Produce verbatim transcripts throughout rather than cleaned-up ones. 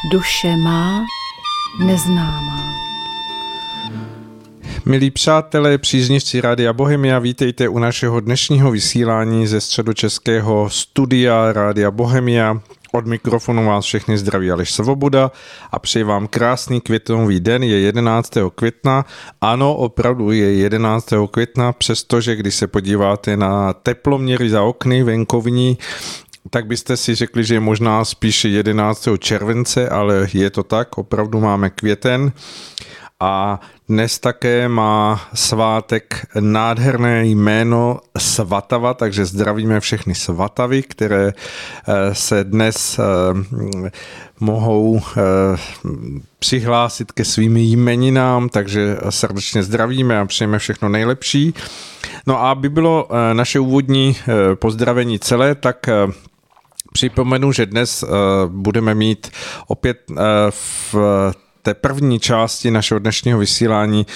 duše má neznámá. Milí přátelé, příznivci Rádia Bohemia, vítejte u našeho dnešního vysílání ze středočeského studia Rádia Bohemia. Od mikrofonu vás všechny zdraví Aleš Svoboda a přeji vám krásný květnový den, je jedenáctého května. Ano, opravdu je jedenáctého května, přestože když se podíváte na teploměry za okny venkovní, tak byste si řekli, že je možná spíše jedenáctého července, ale je to tak, opravdu máme květen. A dnes také má svátek nádherné jméno Svatava, takže zdravíme všechny Svatavy, které se dnes mohou přihlásit ke svým jmeninám, takže srdečně zdravíme a přejeme všechno nejlepší. No a aby bylo naše úvodní pozdravení celé, tak připomenu, že dnes budeme mít opět v té první části našeho dnešního vysílání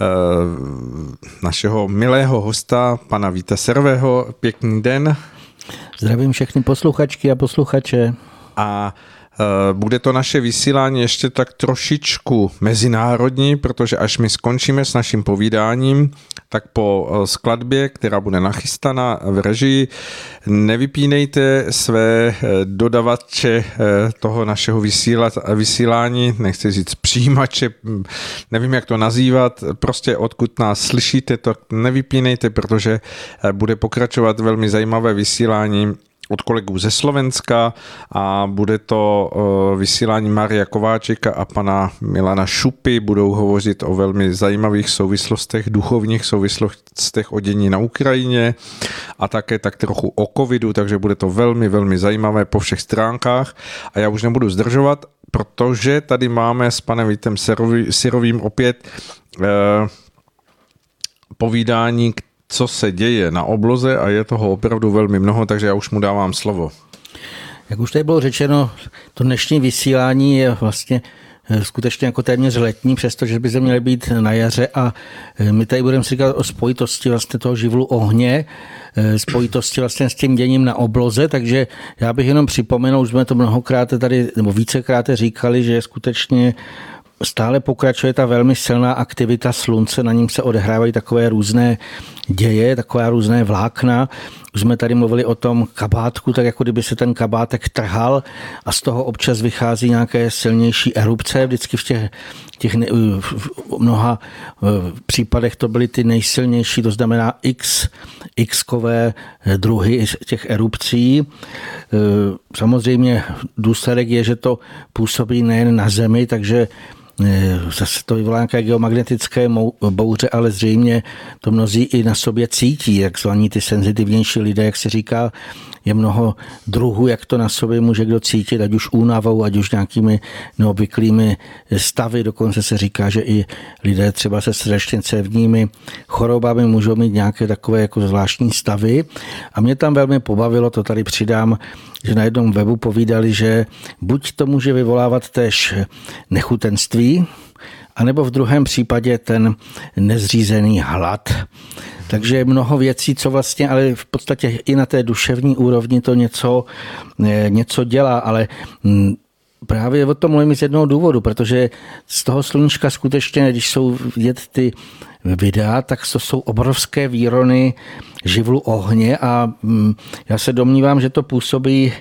našeho milého hosta, pana Víta Servého. Pěkný den. Zdravím všechny posluchačky a posluchače. A bude to naše vysílání ještě tak trošičku mezinárodní, protože až my skončíme s naším povídáním, tak po skladbě, která bude nachystaná v režii, nevypínejte své dodavače toho našeho vysílání, nechci říct přijímače, nevím, jak to nazývat, prostě odkud nás slyšíte, to nevypínejte, protože bude pokračovat velmi zajímavé vysílání od kolegů ze Slovenska a bude to vysílání Maria Kováčika a pana Milana Šupy. Budou hovořit o velmi zajímavých souvislostech, duchovních souvislostech o dění na Ukrajině a také tak trochu o covidu, takže bude to velmi, velmi zajímavé po všech stránkách. A já už nebudu zdržovat, protože tady máme s panem Vítem Syrovým opět eh, povídání, co se děje na obloze a je toho opravdu velmi mnoho, takže já už mu dávám slovo. Jak už tady bylo řečeno, to dnešní vysílání je vlastně skutečně jako téměř letní, přestože by se měly být na jaře a my tady budeme si říkat o spojitosti vlastně toho živlu ohně, spojitosti vlastně s tím děním na obloze, takže já bych jenom připomenul, už jsme to mnohokrát tady, nebo vícekrát říkali, že skutečně stále pokračuje ta velmi silná aktivita slunce, na ním se odehrávají takové různé děje, takové různé vlákna. Už jsme tady mluvili o tom kabátku, tak jako kdyby se ten kabátek trhal a z toho občas vychází nějaké silnější erupce. Vždycky v těch, těch v mnoha případech to byly ty nejsilnější, to znamená X, X-kové druhy těch erupcí. Samozřejmě důsledek je, že to působí nejen na Zemi, takže zase to vyvolá nějaké geomagnetické bouře, ale zřejmě to mnozí i na sobě cítí, jak zvaní ty senzitivnější lidé, jak se říká, je mnoho druhů, jak to na sobě může kdo cítit, ať už únavou, ať už nějakými neobvyklými stavy, dokonce se říká, že i lidé třeba se srdečně cévními chorobami můžou mít nějaké takové jako zvláštní stavy. A mě tam velmi pobavilo, to tady přidám, že na jednom webu povídali, že buď to může vyvolávat též nechutenství, anebo v druhém případě ten nezřízený hlad. Takže mnoho věcí, co vlastně, ale v podstatě i na té duševní úrovni to něco, něco dělá, ale právě o tom mluvím z jednoho důvodu, protože z toho sluníčka skutečně, když jsou vidět ty videa, tak to jsou obrovské výrony živlu ohně a já se domnívám, že to působí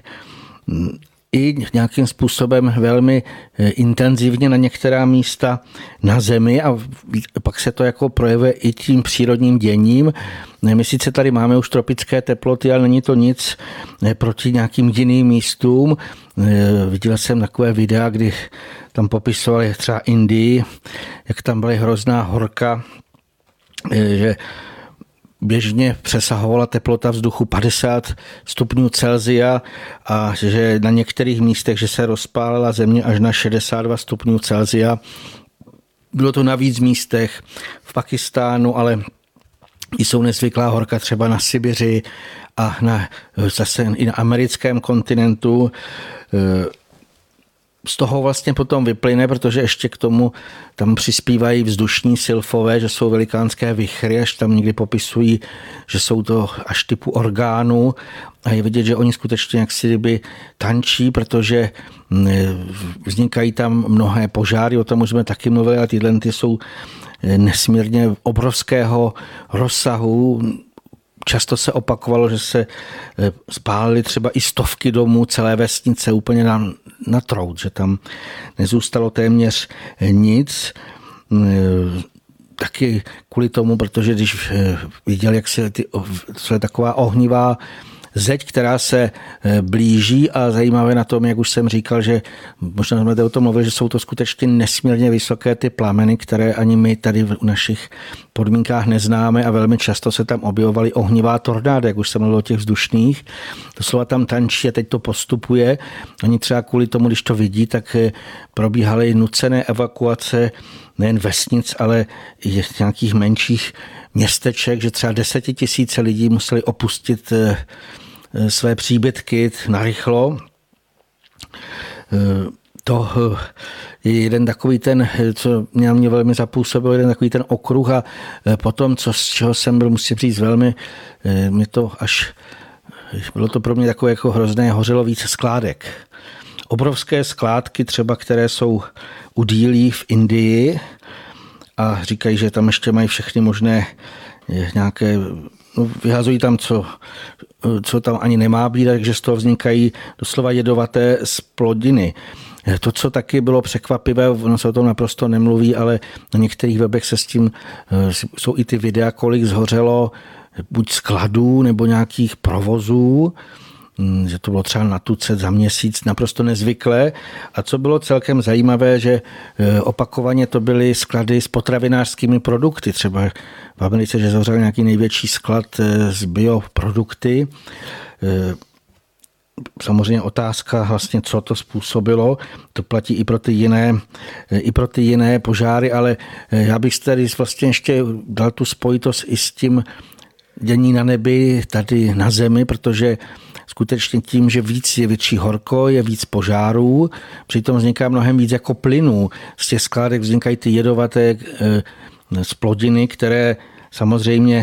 i nějakým způsobem velmi intenzivně na některá místa na Zemi a pak se to jako projevuje i tím přírodním děním. My sice tady máme už tropické teploty, ale není to nic proti nějakým jiným místům. Viděl jsem takové videa, kdy tam popisovali třeba Indii, jak tam byla hrozná horka, že běžně přesahovala teplota vzduchu padesát stupňů Celsia a že na některých místech, že se rozpálila země až na šedesát dva stupňů Celsia. Bylo to na víc místech v Pakistánu, ale jsou nezvyklá horka třeba na Sibiři a na, zase i na americkém kontinentu. z toho vlastně potom vyplyne, protože ještě k tomu tam přispívají vzdušní sylfové, že jsou velikánské vichry, až tam někdy popisují, že jsou to až typu orgánů a je vidět, že oni skutečně jaksi kdyby tančí, protože vznikají tam mnohé požáry, o tom už jsme taky mluvili, a tyhle ty jsou nesmírně obrovského rozsahu. Často se opakovalo, že se spálily třeba i stovky domů, celé vesnice úplně na, na trout, že tam nezůstalo téměř nic. Taky kvůli tomu, protože když viděl, jak se ty, co je taková ohnivá zeď, která se blíží, a zajímavé na tom, jak už jsem říkal, že možná jsme o tom mluvili, že jsou to skutečně nesmírně vysoké ty plameny, které ani my tady v našich podmínkách neznáme, a velmi často se tam objevovaly ohnivá tornáda, jak už jsem mluvil o těch vzdušných. Doslova tam tančí a teď to postupuje. Oni třeba kvůli tomu, když to vidí, tak probíhaly nucené evakuace nejen vesnic, ale i nějakých menších městeček, že třeba desetitisíce lidí museli opustit své příbytky narychlo. To je jeden takový ten, co mě, mě velmi zapůsobil, jeden takový ten okruh, a potom, co, z čeho jsem byl, musím říct, velmi, mě to až, bylo to pro mě takové jako hrozné, hořelo víc skládek. Obrovské skládky třeba, které jsou u Dílí v Indii, a říkají, že tam ještě mají všechny možné nějaké, no, vyhazují tam, co, co tam ani nemá být, takže z toho vznikají doslova jedovaté splodiny. To, co taky bylo překvapivé, ono se o tom naprosto nemluví, ale na některých webech se s tím, jsou i ty videa, kolik zhořelo buď skladů nebo nějakých provozů, že to bylo třeba na tucet za měsíc, naprosto nezvyklé. A co bylo celkem zajímavé, že opakovaně to byly sklady s potravinářskými produkty. Třeba v Americe, že zavřel nějaký největší sklad s bioprodukty. Samozřejmě otázka vlastně, co to způsobilo. To platí i pro ty jiné, i pro ty jiné požáry, ale já bych tady vlastně ještě dal tu spojitost i s tím dění na nebi tady na zemi, protože skutečně tím, že víc je větší horko, je víc požárů, přitom vzniká mnohem víc jako plynů. Z těch skládek vznikají ty jedovaté splodiny, které samozřejmě,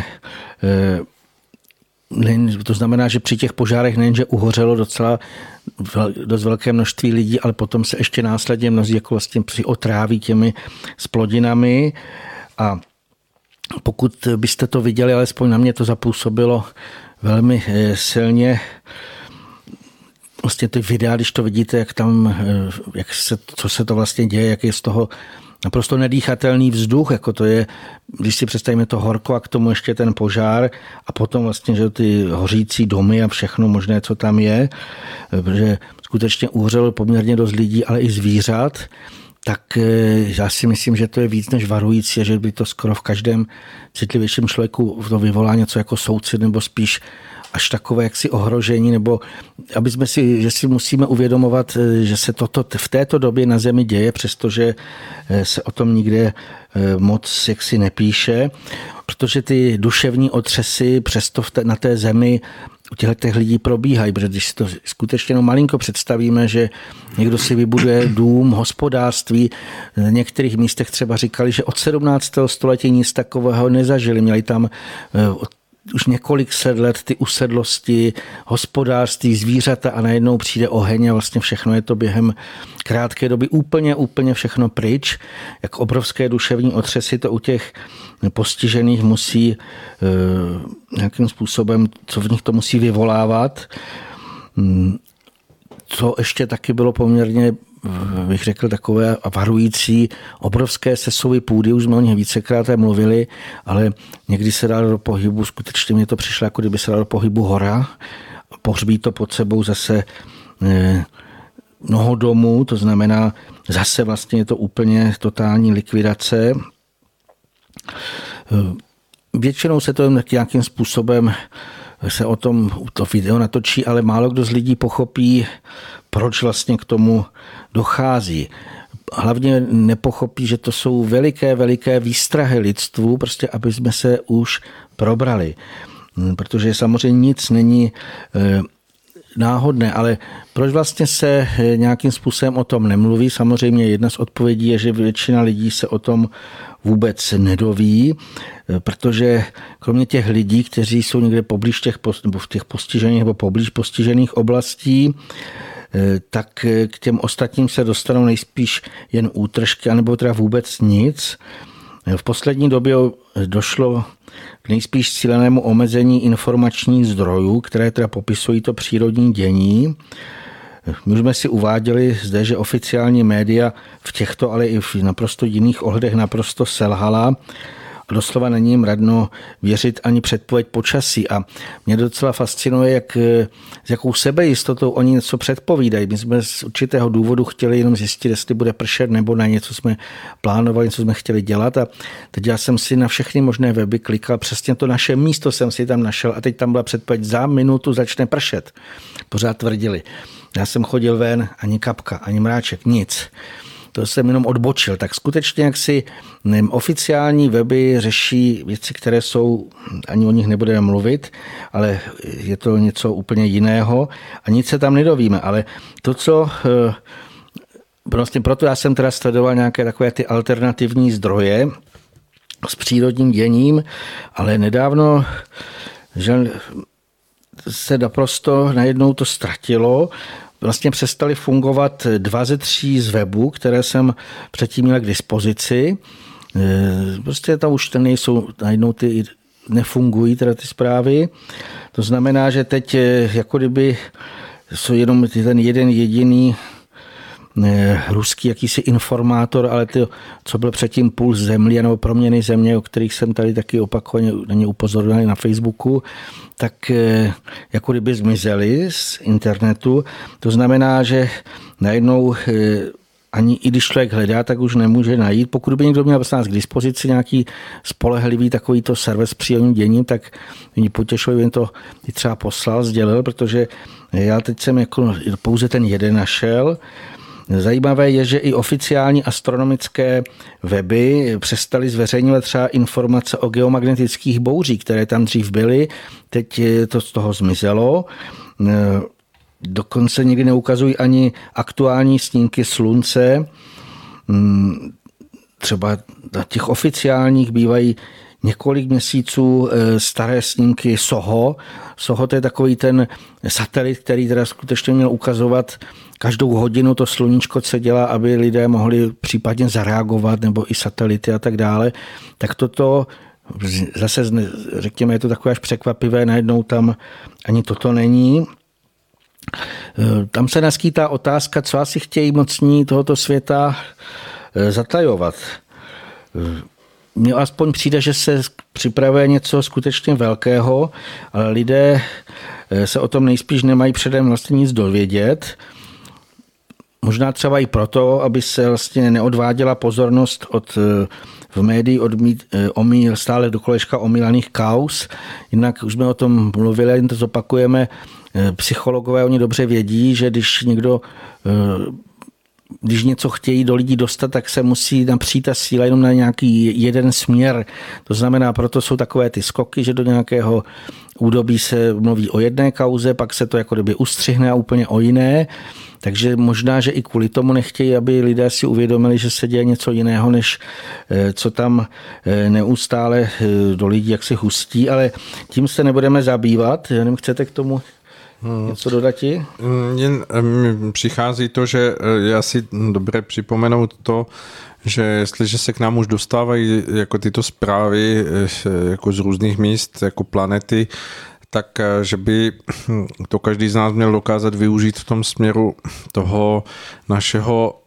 to znamená, že při těch požárech nejenže uhořelo docela dost velké množství lidí, ale potom se ještě následně mnozí jako vlastně přiotráví těmi splodinami. A pokud byste to viděli, alespoň na mě to zapůsobilo velmi silně. Vlastně ty videa, když to vidíte, jak tam, jak se, co se to vlastně děje, jak je z toho naprosto nedýchatelný vzduch, jako to je, když si představíme to horko a k tomu ještě ten požár a potom vlastně, že ty hořící domy a všechno možné, co tam je, protože skutečně uhořelo poměrně dost lidí, ale i zvířat, tak já si myslím, že to je víc než varující a že by to skoro v každém citlivějším člověku to vyvolá něco jako soucit nebo spíš až takové jaksi ohrožení, nebo aby jsme si, že si musíme uvědomovat, že se toto v této době na zemi děje, přestože se o tom nikde moc jaksi nepíše, protože ty duševní otřesy přesto na té zemi u těchto lidí probíhají, protože když si to skutečně no malinko představíme, že někdo si vybuduje dům, hospodářství, v některých místech třeba říkali, že od sedmnáctého století nic takového nezažili, měli tam už několik set let ty usedlosti, hospodářství, zvířata a najednou přijde oheň a vlastně všechno je to během krátké doby úplně, úplně všechno pryč. Jak obrovské duševní otřesy to u těch postižených musí e, nějakým způsobem, co v nich to musí vyvolávat. Co ještě taky bylo poměrně, bych řekl, takové varující, obrovské sesuvy půdy, už jsme o nich vícekrát mluvili, ale někdy se dá do pohybu, skutečně mě to přišlo, jako kdyby se dá do pohybu hora, pohřbí to pod sebou zase mnoho domů, to znamená zase vlastně je to úplně totální likvidace. Většinou se to nějakým způsobem se o tom to video natočí, ale málo kdo z lidí pochopí, proč vlastně k tomu dochází. Hlavně nepochopí, že to jsou veliké, veliké výstrahy lidstvu, prostě aby jsme se už probrali. Protože samozřejmě nic není náhodné, ale proč vlastně se nějakým způsobem o tom nemluví? Samozřejmě jedna z odpovědí je, že většina lidí se o tom vůbec nedoví, protože kromě těch lidí, kteří jsou někde poblíž těch, nebo v těch postižených nebo poblíž postižených oblastí, tak k těm ostatním se dostanou nejspíš jen útržky, anebo teda vůbec nic. V poslední době došlo k nejspíš cílenému omezení informačních zdrojů, které teda popisují to přírodní dění. My už jsme si uváděli zde, že oficiální média v těchto, ale i v naprosto jiných ohledech naprosto selhala. A doslova není jim radno věřit ani předpověď počasí. A mě docela fascinuje, jak, s jakou sebejistotou oni něco předpovídají. My jsme z určitého důvodu chtěli jenom zjistit, jestli bude pršet nebo ne. Něco jsme plánovali, něco jsme chtěli dělat. A teď já jsem si na všechny možné weby klikal. Přesně to naše místo jsem si tam našel. A teď tam byla předpověď, za minutu začne pršet. Pořád tvrdili. Já jsem chodil ven, ani kapka, ani mráček, nic. To jsem jenom odbočil. Tak skutečně, jak si nevím, oficiální weby řeší věci, které jsou, ani o nich nebudeme mluvit, ale je to něco úplně jiného a nic se tam nedovíme. Ale to, co vlastně proto já jsem teda sledoval nějaké takové ty alternativní zdroje s přírodním děním, ale nedávno, že se naprosto najednou to ztratilo. Vlastně přestaly fungovat dva ze tří z webů, které jsem předtím měl k dispozici. Prostě tam už nejsou, najednou ty nefungují teda ty zprávy. To znamená, že teď jako kdyby jsou jenom ten jeden jediný ruský jakýsi informátor, ale to, co byl předtím Puls země nebo Proměny země, o kterých jsem tady taky opakovaně na ně upozornil na Facebooku, tak jako kdyby zmizeli z internetu. To znamená, že najednou ani i když člověk hledá, tak už nemůže najít. Pokud by někdo měl k dispozici nějaký spolehlivý takovýto server s přírodním děním, tak mě potěšilo, jen to třeba poslal, sdělil, protože já teď jsem jako pouze ten jeden našel. Zajímavé je, že i oficiální astronomické weby přestaly zveřejňovat třeba informace o geomagnetických bouřích, které tam dřív byly. Teď to z toho zmizelo. Dokonce nikdy neukazují ani aktuální snímky slunce. Třeba na těch oficiálních bývají několik měsíců staré snímky SOHO. SOHO to je takový ten satelit, který teda skutečně měl ukazovat každou hodinu to sluníčko, co dělá, aby lidé mohli případně zareagovat, nebo i satelity a tak dále. Tak toto zase, řekněme, je to takové až překvapivé, najednou tam ani toto není. Tam se naskýtá otázka, co asi chtějí mocní tohoto světa zatajovat. Mně aspoň přijde, že se připravuje něco skutečně velkého, ale lidé se o tom nejspíš nemají předem vlastně nic dovědět. Možná třeba i proto, aby se vlastně neodváděla pozornost od v médii odmít, omíl, stále do kolečka omílaných kauz. Jinak už jsme o tom mluvili, jen to zopakujeme. Psychologové, oni dobře vědí, že když někdo když něco chtějí do lidí dostat, tak se musí napřít ta síla jenom na nějaký jeden směr. To znamená, proto jsou takové ty skoky, že do nějakého údobí se mluví o jedné kauze, pak se to jako kdyby ustřihne a úplně o jiné. Takže možná, že i kvůli tomu nechtějí, aby lidé si uvědomili, že se děje něco jiného, než co tam neustále do lidí jak se hustí, ale tím se nebudeme zabývat. Já nevím, chcete k tomu něco dodat? Jen přichází to, že je asi dobré připomenout to, že jestliže se k nám už dostávají jako tyto zprávy jako z různých míst, jako planety, tak že by to každý z nás měl dokázat využít v tom směru toho našeho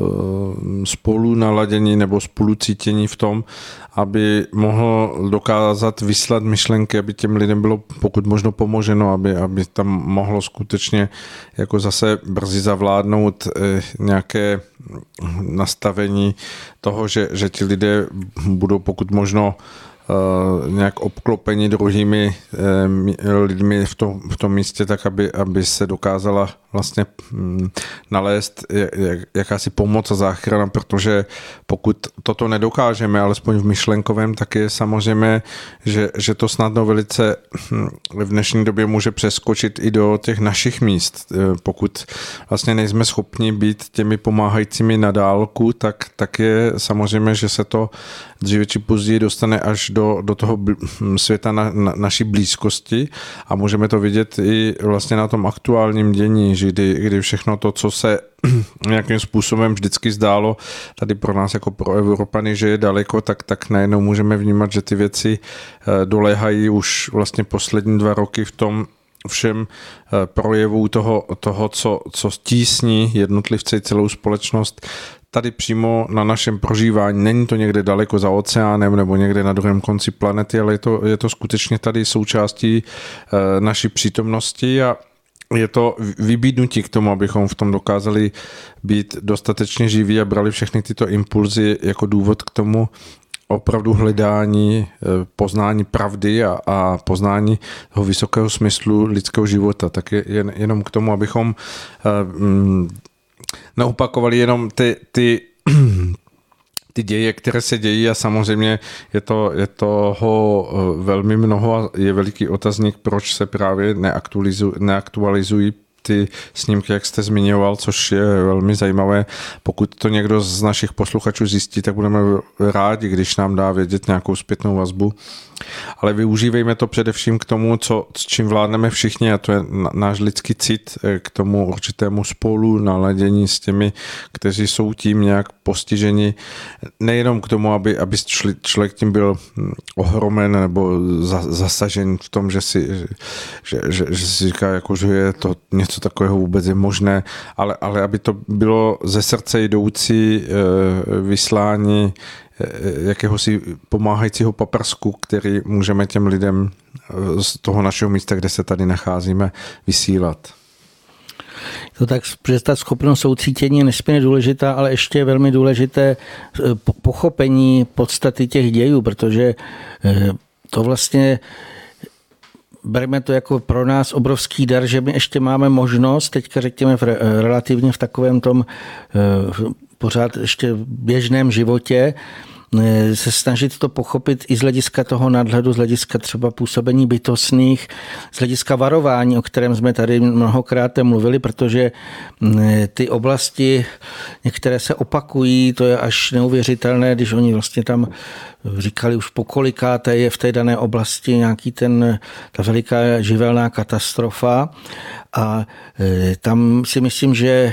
spolu naladění nebo spolucítění v tom, aby mohl dokázat vyslat myšlenky, aby těm lidem bylo pokud možno pomoženo, aby, aby tam mohlo skutečně jako zase brzy zavládnout nějaké nastavení toho, že, že ti lidé budou pokud možno nějak obklopeni druhými lidmi v tom, v tom místě, tak aby, aby se dokázala vlastně nalézt jakási pomoc a záchrana, protože pokud toto nedokážeme, alespoň v myšlenkovém, tak je samozřejmě, že, že to snadno velice v dnešní době může přeskočit i do těch našich míst. Pokud vlastně nejsme schopni být těmi pomáhajícími na dálku, tak, tak je samozřejmě, že se to dříve či později dostane až do, do toho světa na, na, naší blízkosti a můžeme to vidět i vlastně na tom aktuálním dění, že kdy, kdy všechno to, co se nějakým způsobem vždycky zdálo tady pro nás jako pro Evropany, že je daleko, tak, tak najednou můžeme vnímat, že ty věci doléhají už vlastně poslední dva roky v tom všem projevů toho, toho co, co tísní jednotlivce i celou společnost tady přímo na našem prožívání. Není to někde daleko za oceánem nebo někde na druhém konci planety, ale je to, je to skutečně tady součástí naší přítomnosti a je to vybídnutí k tomu, abychom v tom dokázali být dostatečně živí a brali všechny tyto impulzy jako důvod k tomu opravdu hledání, poznání pravdy a, a poznání toho vysokého smyslu lidského života. Tak je, jen, jenom k tomu, abychom um, neopakovali jenom ty, ty ty děje, které se dějí a samozřejmě je to, je toho velmi mnoho a je veliký otazník, proč se právě neaktualizují, neaktualizují ty snímky, jak jste zmiňoval, což je velmi zajímavé. Pokud to někdo z našich posluchačů zjistí, tak budeme rádi, když nám dá vědět nějakou zpětnou vazbu. Ale využívejme to především k tomu, co, s čím vládneme všichni, a to je náš lidský cit k tomu určitému spolu naladění s těmi, kteří jsou tím nějak postiženi. Nejenom k tomu, aby, aby člověk tím byl ohromen nebo zasažen v tom, že si, že, že, že si říká, jako, že je to něco takového vůbec je možné, ale, ale aby to bylo ze srdce jdoucí vyslání jakéhosi pomáhajícího paprsku, který můžeme těm lidem z toho našeho místa, kde se tady nacházíme, vysílat. To tak, že ta schopnost soucítění je nesmírně důležitá, ale ještě je velmi důležité pochopení podstaty těch dějů, protože to vlastně bereme to jako pro nás obrovský dar, že my ještě máme možnost, teďka řekněme v relativně v takovém tom pořád ještě běžném životě, se snažit to pochopit i z hlediska toho nadhledu, z hlediska třeba působení bytostných, z hlediska varování, o kterém jsme tady mnohokrát mluvili, protože ty oblasti, některé se opakují, to je až neuvěřitelné, když oni vlastně tam říkali už pokolikáté je v té dané oblasti nějaký ten, ta veliká živelná katastrofa a tam si myslím, že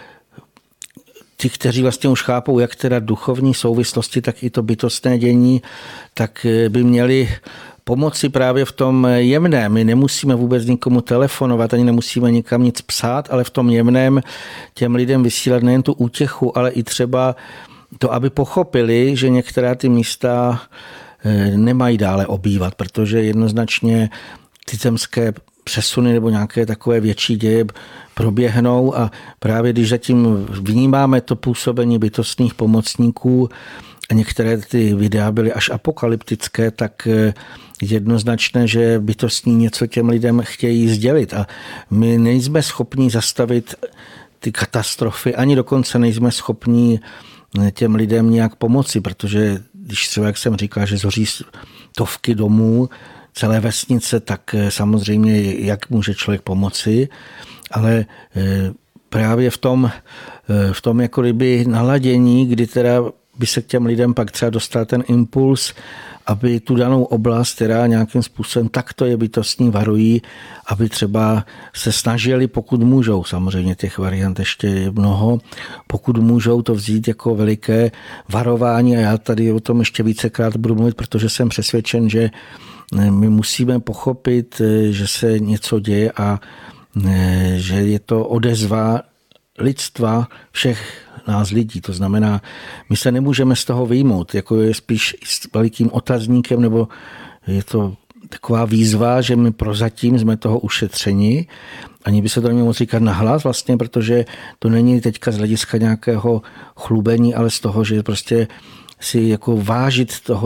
ti, kteří vlastně už chápou, jak teda duchovní souvislosti, tak i to bytostné dění, tak by měli pomoci právě v tom jemném. My nemusíme vůbec nikomu telefonovat, ani nemusíme nikam nic psát, ale v tom jemném těm lidem vysílat nejen tu útěchu, ale i třeba to, aby pochopili, že některá ty místa nemají dále obývat, protože jednoznačně ty zemské přesuny nebo nějaké takové větší děje proběhnou a právě když zatím vnímáme to působení bytostných pomocníků a některé ty videa byly až apokalyptické, tak jednoznačné, že bytostní něco těm lidem chtějí sdělit a my nejsme schopni zastavit ty katastrofy, ani dokonce nejsme schopni těm lidem nějak pomoci, protože když třeba, jak jsem říkal, že zhoří stovky domů, celé vesnice, tak samozřejmě jak může člověk pomoci, ale právě v tom, v tom jako kdyby naladění, kdy teda by se k těm lidem pak třeba dostal ten impuls, aby tu danou oblast, která nějakým způsobem takto je bytostní, varují, aby třeba se snažili, pokud můžou, samozřejmě těch variant ještě je mnoho, pokud můžou to vzít jako veliké varování a já tady o tom ještě vícekrát budu mluvit, protože jsem přesvědčen, že my musíme pochopit, že se něco děje a že je to odezva lidstva všech nás lidí. To znamená, my se nemůžeme z toho vyjmout, jako je spíš s velikým otazníkem, nebo je to taková výzva, že my prozatím jsme toho ušetřeni. Ani by se to nemělo moc říkat nahlas vlastně, protože to není teďka z hlediska nějakého chlubení, ale z toho, že prostě si jako vážit toho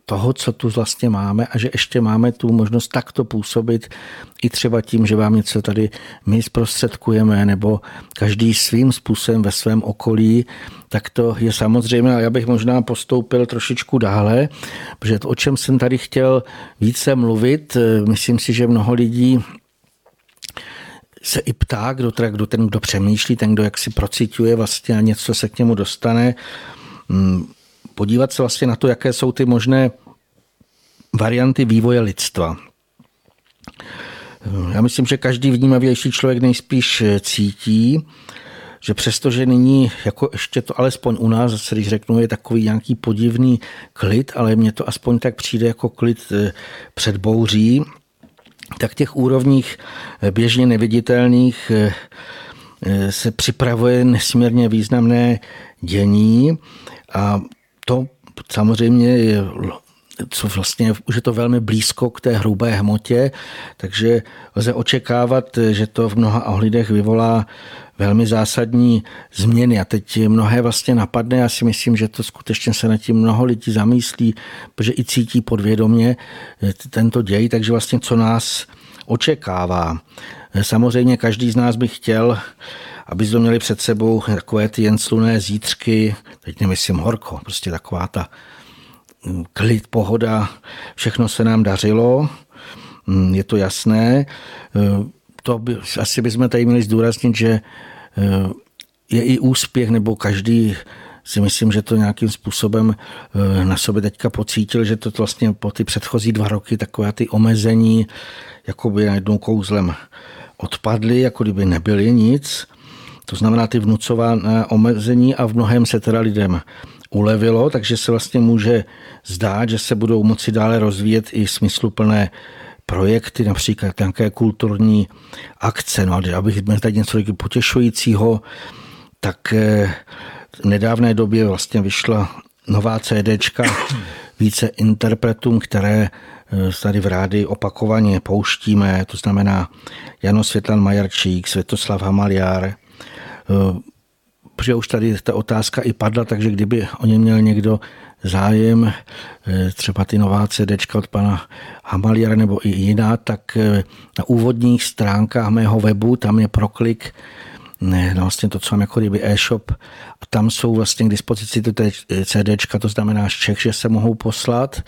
toho, co tu vlastně máme a že ještě máme tu možnost takto působit i třeba tím, že vám něco tady my zprostředkujeme nebo každý svým způsobem ve svém okolí, tak to je samozřejmě, a já bych možná postoupil trošičku dále, protože to, o čem jsem tady chtěl více mluvit, myslím si, že mnoho lidí se i ptá, kdo, teda, kdo ten, kdo přemýšlí, ten, kdo jak si procituje vlastně a něco se k němu dostane, podívat se vlastně na to, jaké jsou ty možné varianty vývoje lidstva. Já myslím, že každý vnímavější člověk nejspíš cítí, že přestože nyní, jako ještě to alespoň u nás, zase když řeknu, je takový nějaký podivný klid, ale mně to aspoň tak přijde jako klid před bouří, tak těch úrovních běžně neviditelných se připravuje nesmírně významné dění a to samozřejmě je, co vlastně, už je to velmi blízko k té hrubé hmotě, takže lze očekávat, že to v mnoha ohledech vyvolá velmi zásadní změny. A teď mnohé vlastně napadne, já si myslím, že to skutečně se nad tím mnoho lidí zamyslí, protože i cítí podvědomě tento děj, takže vlastně co nás očekává. Samozřejmě každý z nás by chtěl, aby jsme měli před sebou takové ty jen slunné zítřky, teď nemyslím horko, prostě taková ta klid, pohoda, všechno se nám dařilo, je to jasné. To by, asi bychom tady měli zdůraznit, že je i úspěch, nebo každý si myslím, že to nějakým způsobem na sobě teďka pocítil, že to vlastně po ty předchozí dva roky takové ty omezení jakoby najednou kouzlem odpadly, jako kdyby nebyly nic. To znamená ty vnucované omezení a v mnohem se teda lidem ulevilo, takže se vlastně může zdát, že se budou moci dále rozvíjet i smysluplné projekty, například nějaké kulturní akce. No a abych tady něco potěšujícího, tak v nedávné době vlastně vyšla nová CDčka více interpretům, které tady v rádi opakovaně pouštíme, to znamená Jano Světlan Majerčík, Světoslav Hamaliar, protože už tady ta otázka i padla, takže kdyby o ně měl někdo zájem, třeba ty nová CDčka od pana Hamaliara nebo i jiná, tak na úvodních stránkách mého webu, tam je proklik, ne, vlastně to, co mám jako kdyby e-shop, a tam jsou vlastně k dispozici ty CDčka, to znamená z Čech, že se mohou poslat.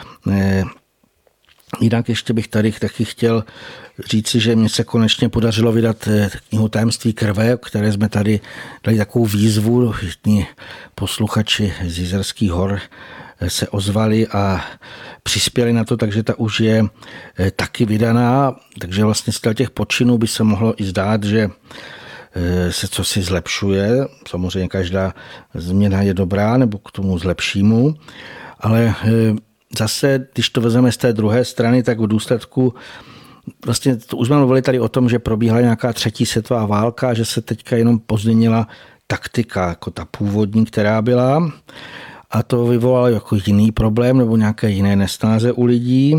Jinak ještě bych tady taky chtěl říci, že mně se konečně podařilo vydat knihu Tajemství krve, které jsme tady dali takovou výzvu, všichni posluchači z Jizerských hor se ozvali a přispěli na to, takže ta už je taky vydaná, takže vlastně z těch počinů by se mohlo i zdát, že se co si zlepšuje. Samozřejmě každá změna je dobrá nebo k tomu zlepšímu, ale zase, když to vezmeme z té druhé strany, tak v důsledku vlastně to už jsme mluvili tady o tom, že probíhala nějaká třetí světová válka, že se teďka jenom pozměnila taktika, jako ta původní, která byla, a to vyvolalo jako jiný problém nebo nějaké jiné nesnáze u lidí.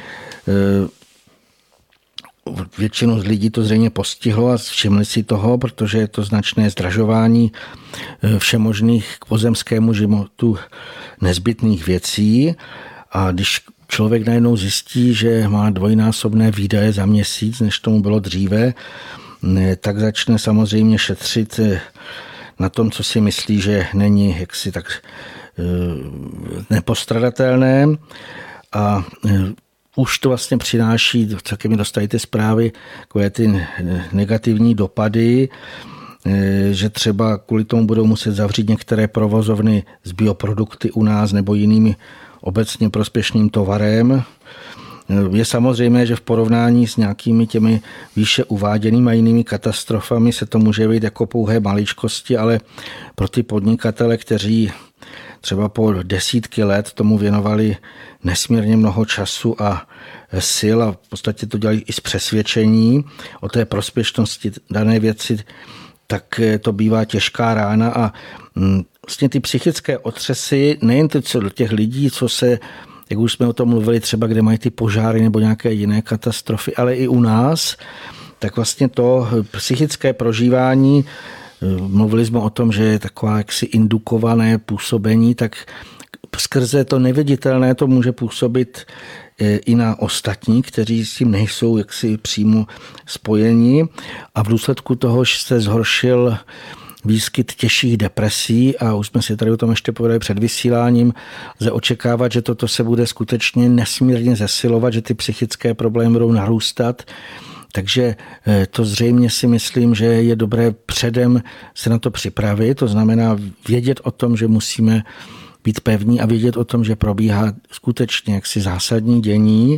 Většinu z lidí to zřejmě postihlo a všimli si toho, protože je to značné zdražování všemožných k pozemskému životu nezbytných věcí. A když člověk najednou zjistí, že má dvojnásobné výdaje za měsíc, než tomu bylo dříve, tak začne samozřejmě šetřit na tom, co si myslí, že není jaksi tak nepostradatelné. A už to vlastně přináší, taky mi dostají ty zprávy, takové ty negativní dopady, že třeba kvůli tomu budou muset zavřít některé provozovny z bioprodukty u nás nebo jinými obecně prospěšným tovarem. Je samozřejmé, že v porovnání s nějakými těmi výše uváděnými a jinými katastrofami se to může být jako pouhé maličkosti, ale pro ty podnikatele, kteří třeba po desítky let tomu věnovali nesmírně mnoho času a sil a v podstatě to dělají i z přesvědčení o té prospěšnosti dané věci, tak to bývá těžká rána a vlastně ty psychické otřesy, nejen těch lidí, co se, jak už jsme o tom mluvili, třeba kde mají ty požáry nebo nějaké jiné katastrofy, ale i u nás, tak vlastně to psychické prožívání, mluvili jsme o tom, že je taková jaksi indukované působení, tak skrze to neviditelné to může působit i na ostatní, kteří s tím nejsou jaksi přímo spojeni a v důsledku toho se zhoršil výskyt těžších depresí a už jsme si tady o tom ještě povedali před vysíláním, lze očekávat, že toto se bude skutečně nesmírně zesilovat, že ty psychické problémy budou narůstat. Takže to zřejmě si myslím, že je dobré předem se na to připravit, to znamená vědět o tom, že musíme být pevní a vědět o tom, že probíhá skutečně jaksi zásadní dění.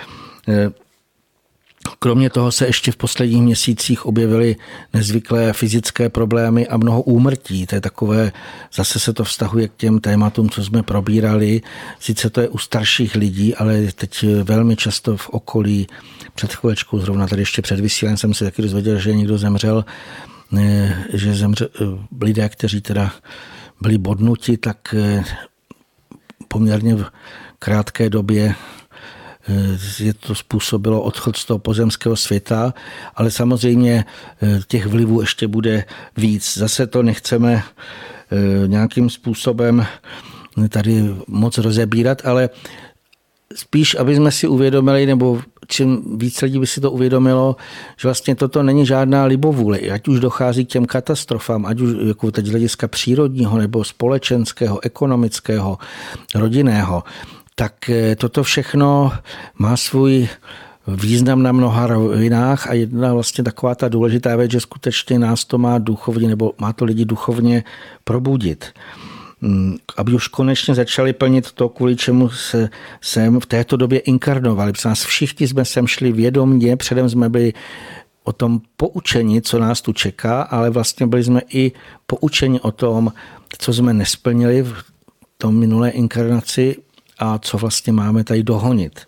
Kromě toho se ještě v posledních měsících objevily nezvyklé fyzické problémy a mnoho úmrtí. To je takové, zase se to vztahuje k těm tématům, co jsme probírali. Sice to je u starších lidí, ale teď velmi často v okolí. Před chvilečkou, zrovna tady ještě před vysíláním jsem se taky dozvěděl, že někdo zemřel, že zemřel lidé, kteří teda byli bodnuti, tak poměrně v krátké době je to způsobilo odchod z toho pozemského světa, ale samozřejmě těch vlivů ještě bude víc. Zase to nechceme nějakým způsobem tady moc rozebírat, ale spíš, aby jsme si uvědomili, nebo čím víc lidí by si to uvědomilo, že vlastně toto není žádná libovůle. Ať už dochází k těm katastrofám, ať už jako teď z hlediska přírodního, nebo společenského, ekonomického, rodinného, tak toto všechno má svůj význam na mnoha rovinách a jedna vlastně taková ta důležitá věc, že skutečně nás to má duchovně, nebo má to lidi duchovně probudit. Aby už konečně začali plnit to, kvůli čemu se sem v této době inkarnovali. Protože nás všichni jsme sem šli vědomně, předem jsme byli o tom poučeni, co nás tu čeká, ale vlastně byli jsme i poučeni o tom, co jsme nesplnili v tom minulé inkarnaci a co vlastně máme tady dohonit.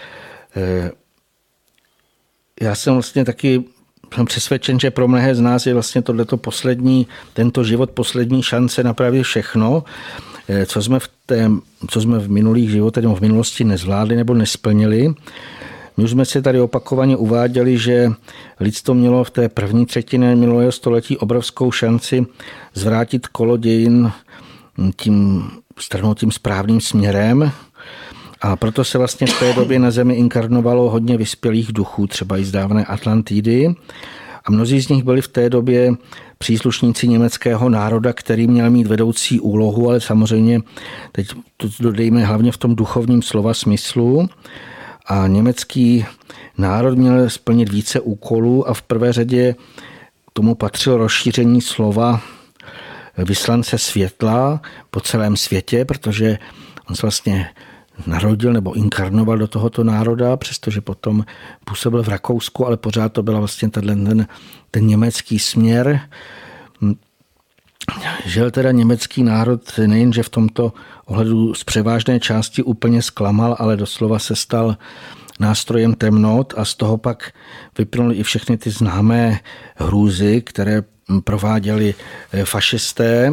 Já jsem vlastně taky jsem přesvědčen, že pro mnohé z nás je vlastně tohleto poslední, tento život poslední šance napravit všechno, co jsme v, té, co jsme v minulých životech nebo v minulosti nezvládli nebo nesplnili. My už jsme si tady opakovaně uváděli, že lidstvo mělo v té první třetině minulého století obrovskou šanci zvrátit kolo dějin tím, strhnout tím správným směrem. A proto se vlastně v té době na Zemi inkarnovalo hodně vyspělých duchů, třeba i z dávné Atlantidy. A mnozí z nich byli v té době příslušníci německého národa, který měl mít vedoucí úlohu, ale samozřejmě teď to dodejme hlavně v tom duchovním slova smyslu. A německý národ měl splnit více úkolů a v prvé řadě tomu patřilo rozšíření slova vyslance světla po celém světě, protože on se vlastně narodil nebo inkarnoval do tohoto národa, přestože potom působil v Rakousku, ale pořád to byl vlastně ten, ten německý směr. Žel teda německý národ nejenže v tomto ohledu z převážné části úplně zklamal, ale doslova se stal nástrojem temnot a z toho pak vyplynuly i všechny ty známé hrůzy, které prováděli fašisté.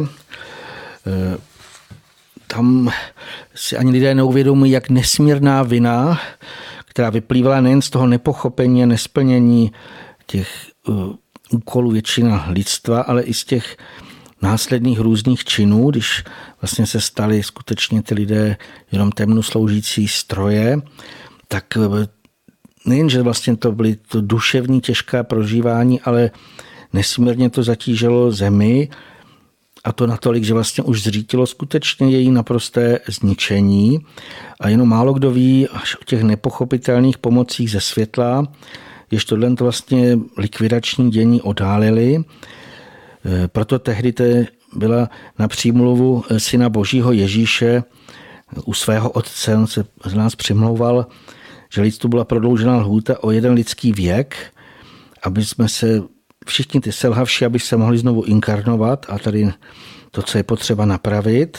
Tam si ani lidé neuvědomují, jak nesmírná vina, která vyplývala nejen z toho nepochopení a nesplnění těch úkolů většina lidstva, ale i z těch následných různých činů, když vlastně se stali skutečně ty lidé jenom temnu sloužící stroje, tak nejenže vlastně to byly to duševní těžká prožívání, ale nesmírně to zatížilo zemi, a to natolik, že vlastně už zřítilo skutečně její naprosté zničení. A jenom málo kdo ví až o těch nepochopitelných pomocích ze světla, jež tohle to vlastně likvidační dění odálili. Proto tehdy to byla na přímluvu Syna Božího Ježíše u svého otce. On se z nás přimlouval, že lidstvu byla prodloužena lhůta o jeden lidský věk, aby jsme se všichni ty selhavší, aby se mohli znovu inkarnovat a tady to, co je potřeba napravit.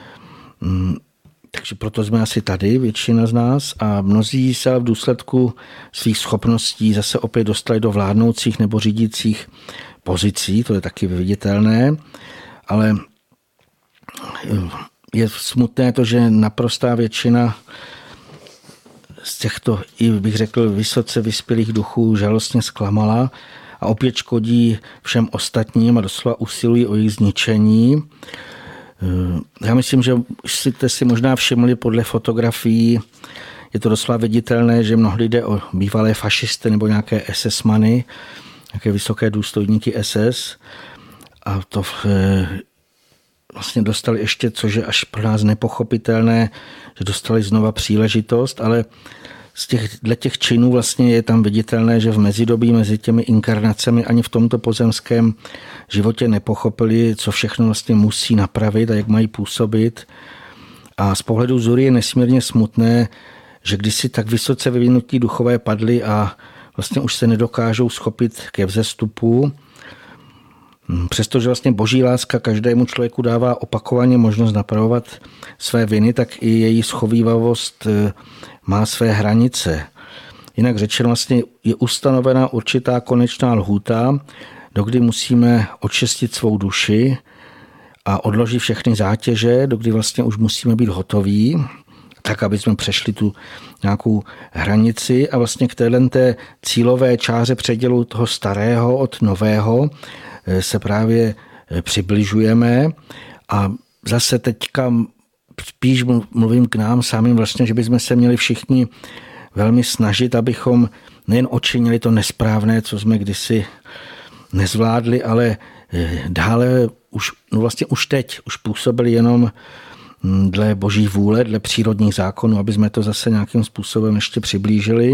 Takže proto jsme asi tady, většina z nás, a mnozí se v důsledku svých schopností zase opět dostali do vládnoucích nebo řídících pozicí, to je taky viditelné, ale je smutné to, že naprostá většina z těchto, i bych řekl, vysoce vyspělých duchů žalostně zklamala a opět škodí všem ostatním a doslova usilují o jejich zničení. Já myslím, že jste si možná všimli podle fotografií, je to doslova viditelné, že mnohdy jde o bývalé fašisty nebo nějaké es es many, nějaké vysoké důstojníky es es. A to vlastně dostali ještě, což je až pro nás nepochopitelné, že dostali znova příležitost, ale z těch, dle těch činů vlastně je tam viditelné, že v mezidobí mezi těmi inkarnacemi ani v tomto pozemském životě nepochopili, co všechno vlastně musí napravit a jak mají působit. A z pohledu Zury je nesmírně smutné, že když si tak vysoce vyvinutí duchové padli a vlastně už se nedokážou schopit ke vzestupu, přestože vlastně boží láska každému člověku dává opakovaně možnost napravovat své viny, tak i její schovívavost má své hranice. Jinak řečeno vlastně je ustanovena určitá konečná lhůta, dokdy musíme očistit svou duši a odložit všechny zátěže, dokdy vlastně už musíme být hotoví, tak, aby jsme přešli tu nějakou hranici a vlastně k téhle cílové čáře předělu toho starého od nového se právě přibližujeme a zase teďka spíš mluvím k nám samým vlastně, že bychom se měli všichni velmi snažit, abychom nejen očinili to nesprávné, co jsme kdysi nezvládli, ale dále už, no vlastně už teď, už působili jenom dle boží vůle, dle přírodních zákonů, aby jsme to zase nějakým způsobem ještě přiblížili.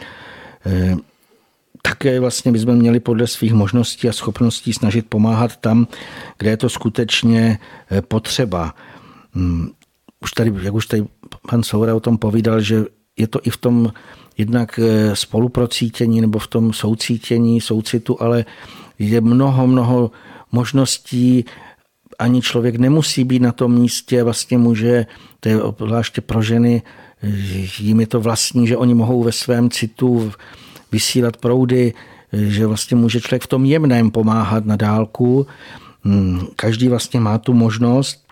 Také vlastně bychom měli podle svých možností a schopností snažit pomáhat tam, kde je to skutečně potřeba. Už tady, jak už tady pan Soura o tom povídal, že je to i v tom jednak spoluprocítění nebo v tom soucítění, soucitu, ale je mnoho, mnoho možností. Ani člověk nemusí být na tom místě, vlastně může, to je zvláště pro ženy, jim je to vlastní, že oni mohou ve svém citu vysílat proudy, že vlastně může člověk v tom jemném pomáhat na dálku. Každý vlastně má tu možnost.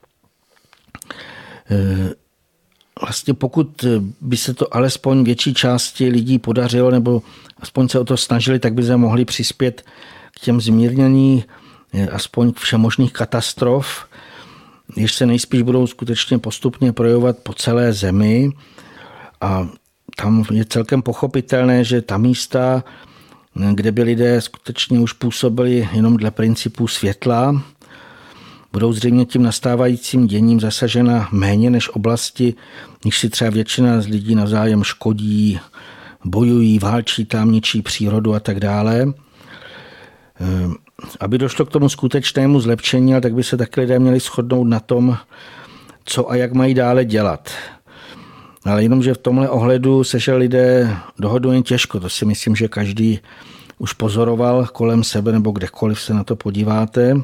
Vlastně pokud by se to alespoň větší části lidí podařilo, nebo aspoň se o to snažili, tak by se mohli přispět k těm zmírnění aspoň všemožných katastrof, jež se nejspíš budou skutečně postupně projevovat po celé zemi. A tam je celkem pochopitelné, že ta místa, kde by lidé skutečně už působili jenom dle principů světla, budou zřejmě tím nastávajícím děním zasažena méně než oblasti, když si třeba většina z lidí navzájem škodí, bojují, válčí tam, ničí přírodu a tak dále. Aby došlo k tomu skutečnému zlepšení, tak by se taky lidé měli shodnout na tom, co a jak mají dále dělat. Ale jenom, že v tomhle ohledu se že lidé dohodují těžko. To si myslím, že každý už pozoroval kolem sebe nebo kdekoliv se na to podíváte.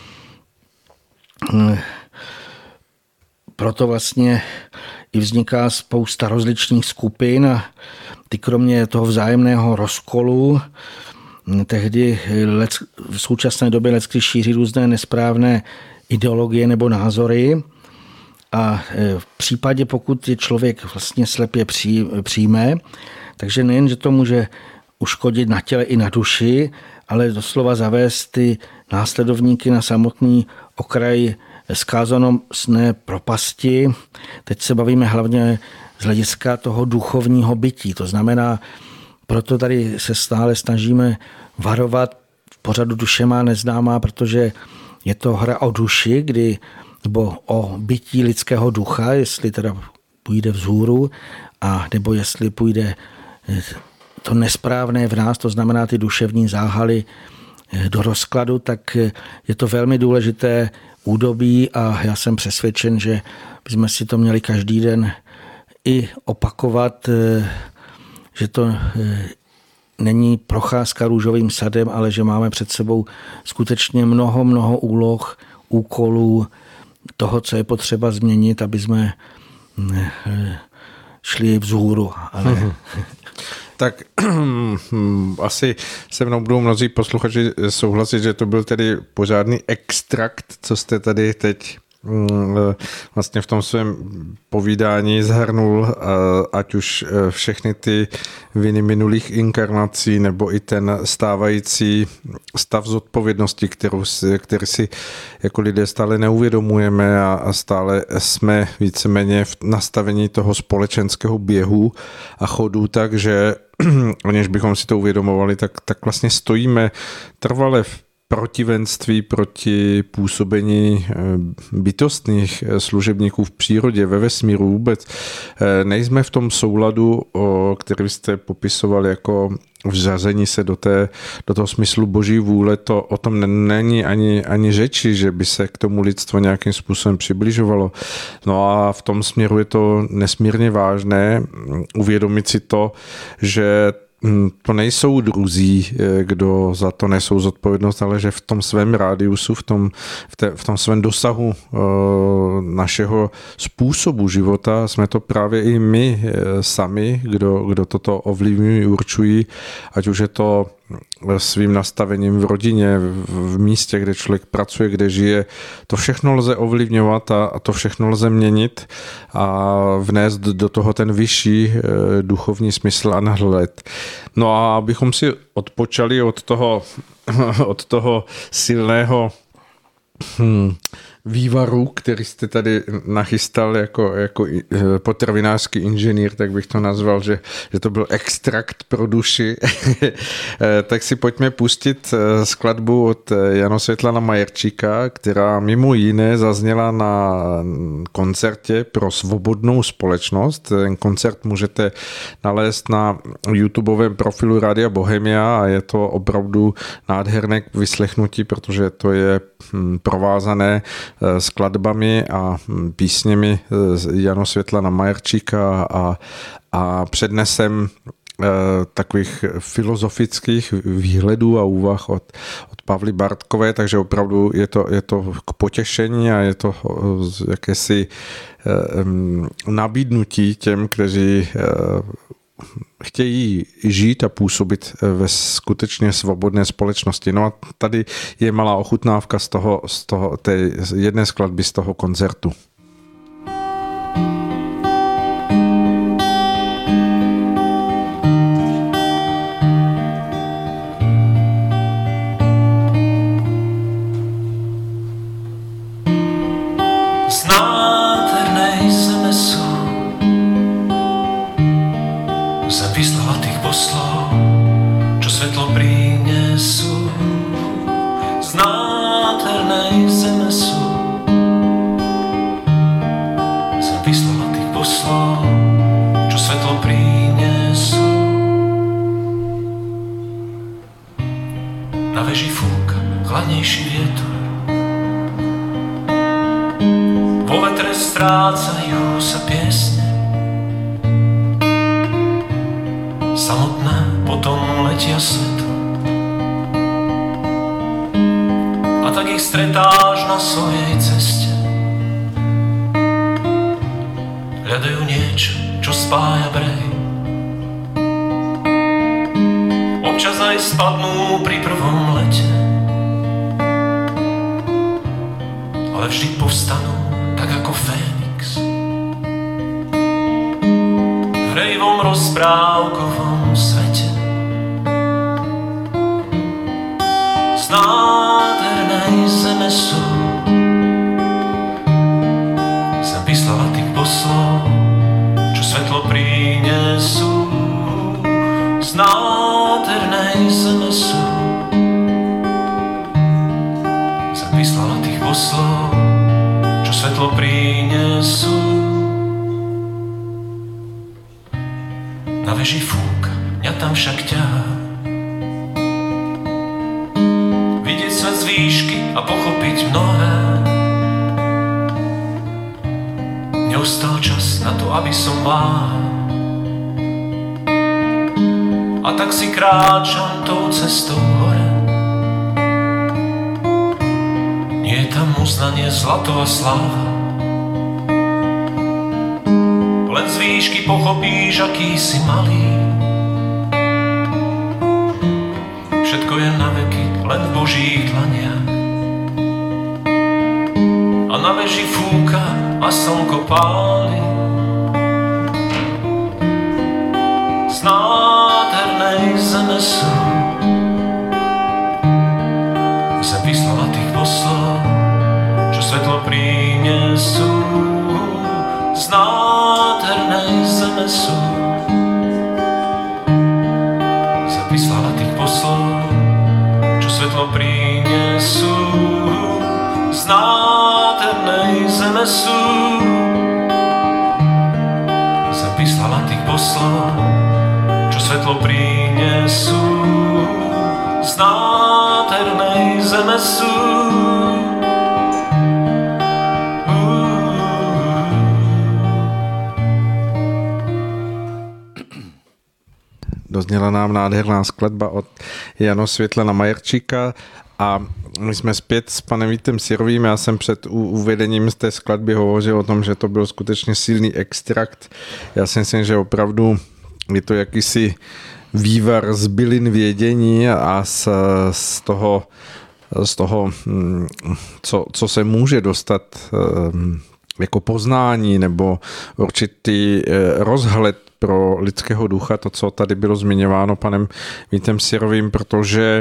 Proto vlastně i vzniká spousta rozličných skupin a ty kromě toho vzájemného rozkolu tehdy v současné době lecky šíří různé nesprávné ideologie nebo názory a v případě, pokud je člověk vlastně slepě přijme, takže nejen, že to může uškodit na těle i na duši, ale doslova zavést ty následovníky na samotný okraj zkázanosné propasti. Teď se bavíme hlavně z hlediska toho duchovního bytí. To znamená, proto tady se stále snažíme varovat v pořadu Duše má neznámá, protože je to hra o duši, kdy, nebo o bytí lidského ducha, jestli teda půjde vzhůru, a nebo jestli půjde to nesprávné v nás, to znamená ty duševní záhaly do rozkladu, tak je to velmi důležité údobí a já jsem přesvědčen, že bychom si to měli každý den i opakovat, že to není procházka růžovým sadem, ale že máme před sebou skutečně mnoho, mnoho úloh, úkolů, toho, co je potřeba změnit, aby jsme šli vzhůru. Ale... Tak asi se mnou budou mnozí posluchači souhlasit, že to byl tedy pořádný extrakt, co jste tady teď vlastně v tom svém povídání zhrnul, ať už všechny ty viny minulých inkarnací, nebo i ten stávající stav zodpovědnosti, kterou si, který si jako lidé stále neuvědomujeme a, a stále jsme víceméně v nastavení toho společenského běhu a chodu, takže aniž bychom si to uvědomovali, tak, tak vlastně stojíme trvale v protivenství proti působení bytostných služebníků v přírodě, ve vesmíru vůbec. Nejsme v tom souladu, o který jste popisoval jako vřazení se do, té, do toho smyslu boží vůle. To o tom není ani, ani řeči, že by se k tomu lidstvo nějakým způsobem přibližovalo. No a v tom směru je to nesmírně vážné uvědomit si to, že to nejsou druzí, kdo za to nesou zodpovědnost, ale že v tom svém rádiusu, v tom, v, te, v tom svém dosahu našeho způsobu života jsme to právě i my sami, kdo, kdo toto ovlivňují, určují, ať už je to svým nastavením v rodině, v místě, kde člověk pracuje, kde žije. To všechno lze ovlivňovat a, a to všechno lze měnit a vnést do toho ten vyšší duchovní smysl a nadhled. No a abychom si odpočali od toho, od toho silného hmm, vývaru, který jste tady nachystal jako, jako potravinářský inženýr, tak bych to nazval, že, že to byl extrakt pro duši. Tak si pojďme pustit skladbu od Jana Světlana Majerčíka, která mimo jiné zazněla na koncertě pro svobodnou společnost. Ten koncert můžete nalézt na YouTubeovém profilu Rádia Bohemia a je to opravdu nádherné k vyslechnutí, protože to je provázané skladbami a písněmi Jana Světlana Majerčíka a, a přednesem takových filozofických výhledů a úvah od, od Pavly Bartkové, takže opravdu je to, je to k potěšení a je to jakési nabídnutí těm, kteří chtějí žít a působit ve skutečně svobodné společnosti. No a tady je malá ochutnávka z toho, z toho té jedné skladby z toho koncertu. Strácajú sa piesne samotné, potom letia svetlo a tak ich stretáš na svojej ceste. Hľadajú niečo, čo spája breh, občas aj spadnú pri prvom lete, ale vždy povstanú tak ako Fénix v hrejivom rozprávkovom svete. Z nádhernej zeme sú sem vyslala tých poslov, čo svetlo prinesú. Z nádhernej zeme sú sem vyslala tých poslov, svetlo prinesú. Na veži fúka, mňa tam však ťahá vidieť svet z výšky a pochopiť mnohé. Neostal čas na to, aby som váhal, a tak si kráčam tou cestou hore. Nie je tam uznanie, zlato a sláva, len z výšky pochopíš, aký si malý. Všetko je na veky, len v Božích dlaniach. A na veži fúka a slnko páli. Z nádhernej zeme sú zem vyslala tých poslov, čo svetlo prinesú. Z nádhernej zeme sú zem vyslala tých poslov, čo svetlo prinesú. Z nádhernej zeme sú zem vyslala tých poslov, čo svetlo prinesú. Z nádhernej zeme sú. Dozněla nám nádherná skladba od Jana Světlana Majerčíka a my jsme zpět s panem Vítem Syrovým. Já jsem před uvedením z té skladby hovořil o tom, že to byl skutečně silný extrakt. Já si myslím, že opravdu je to jakýsi vývar z bylin vědění a z, z toho, z toho co, co se může dostat jako poznání nebo určitý rozhled pro lidského ducha, to, co tady bylo zmiňováno panem Vítem Syrovým, protože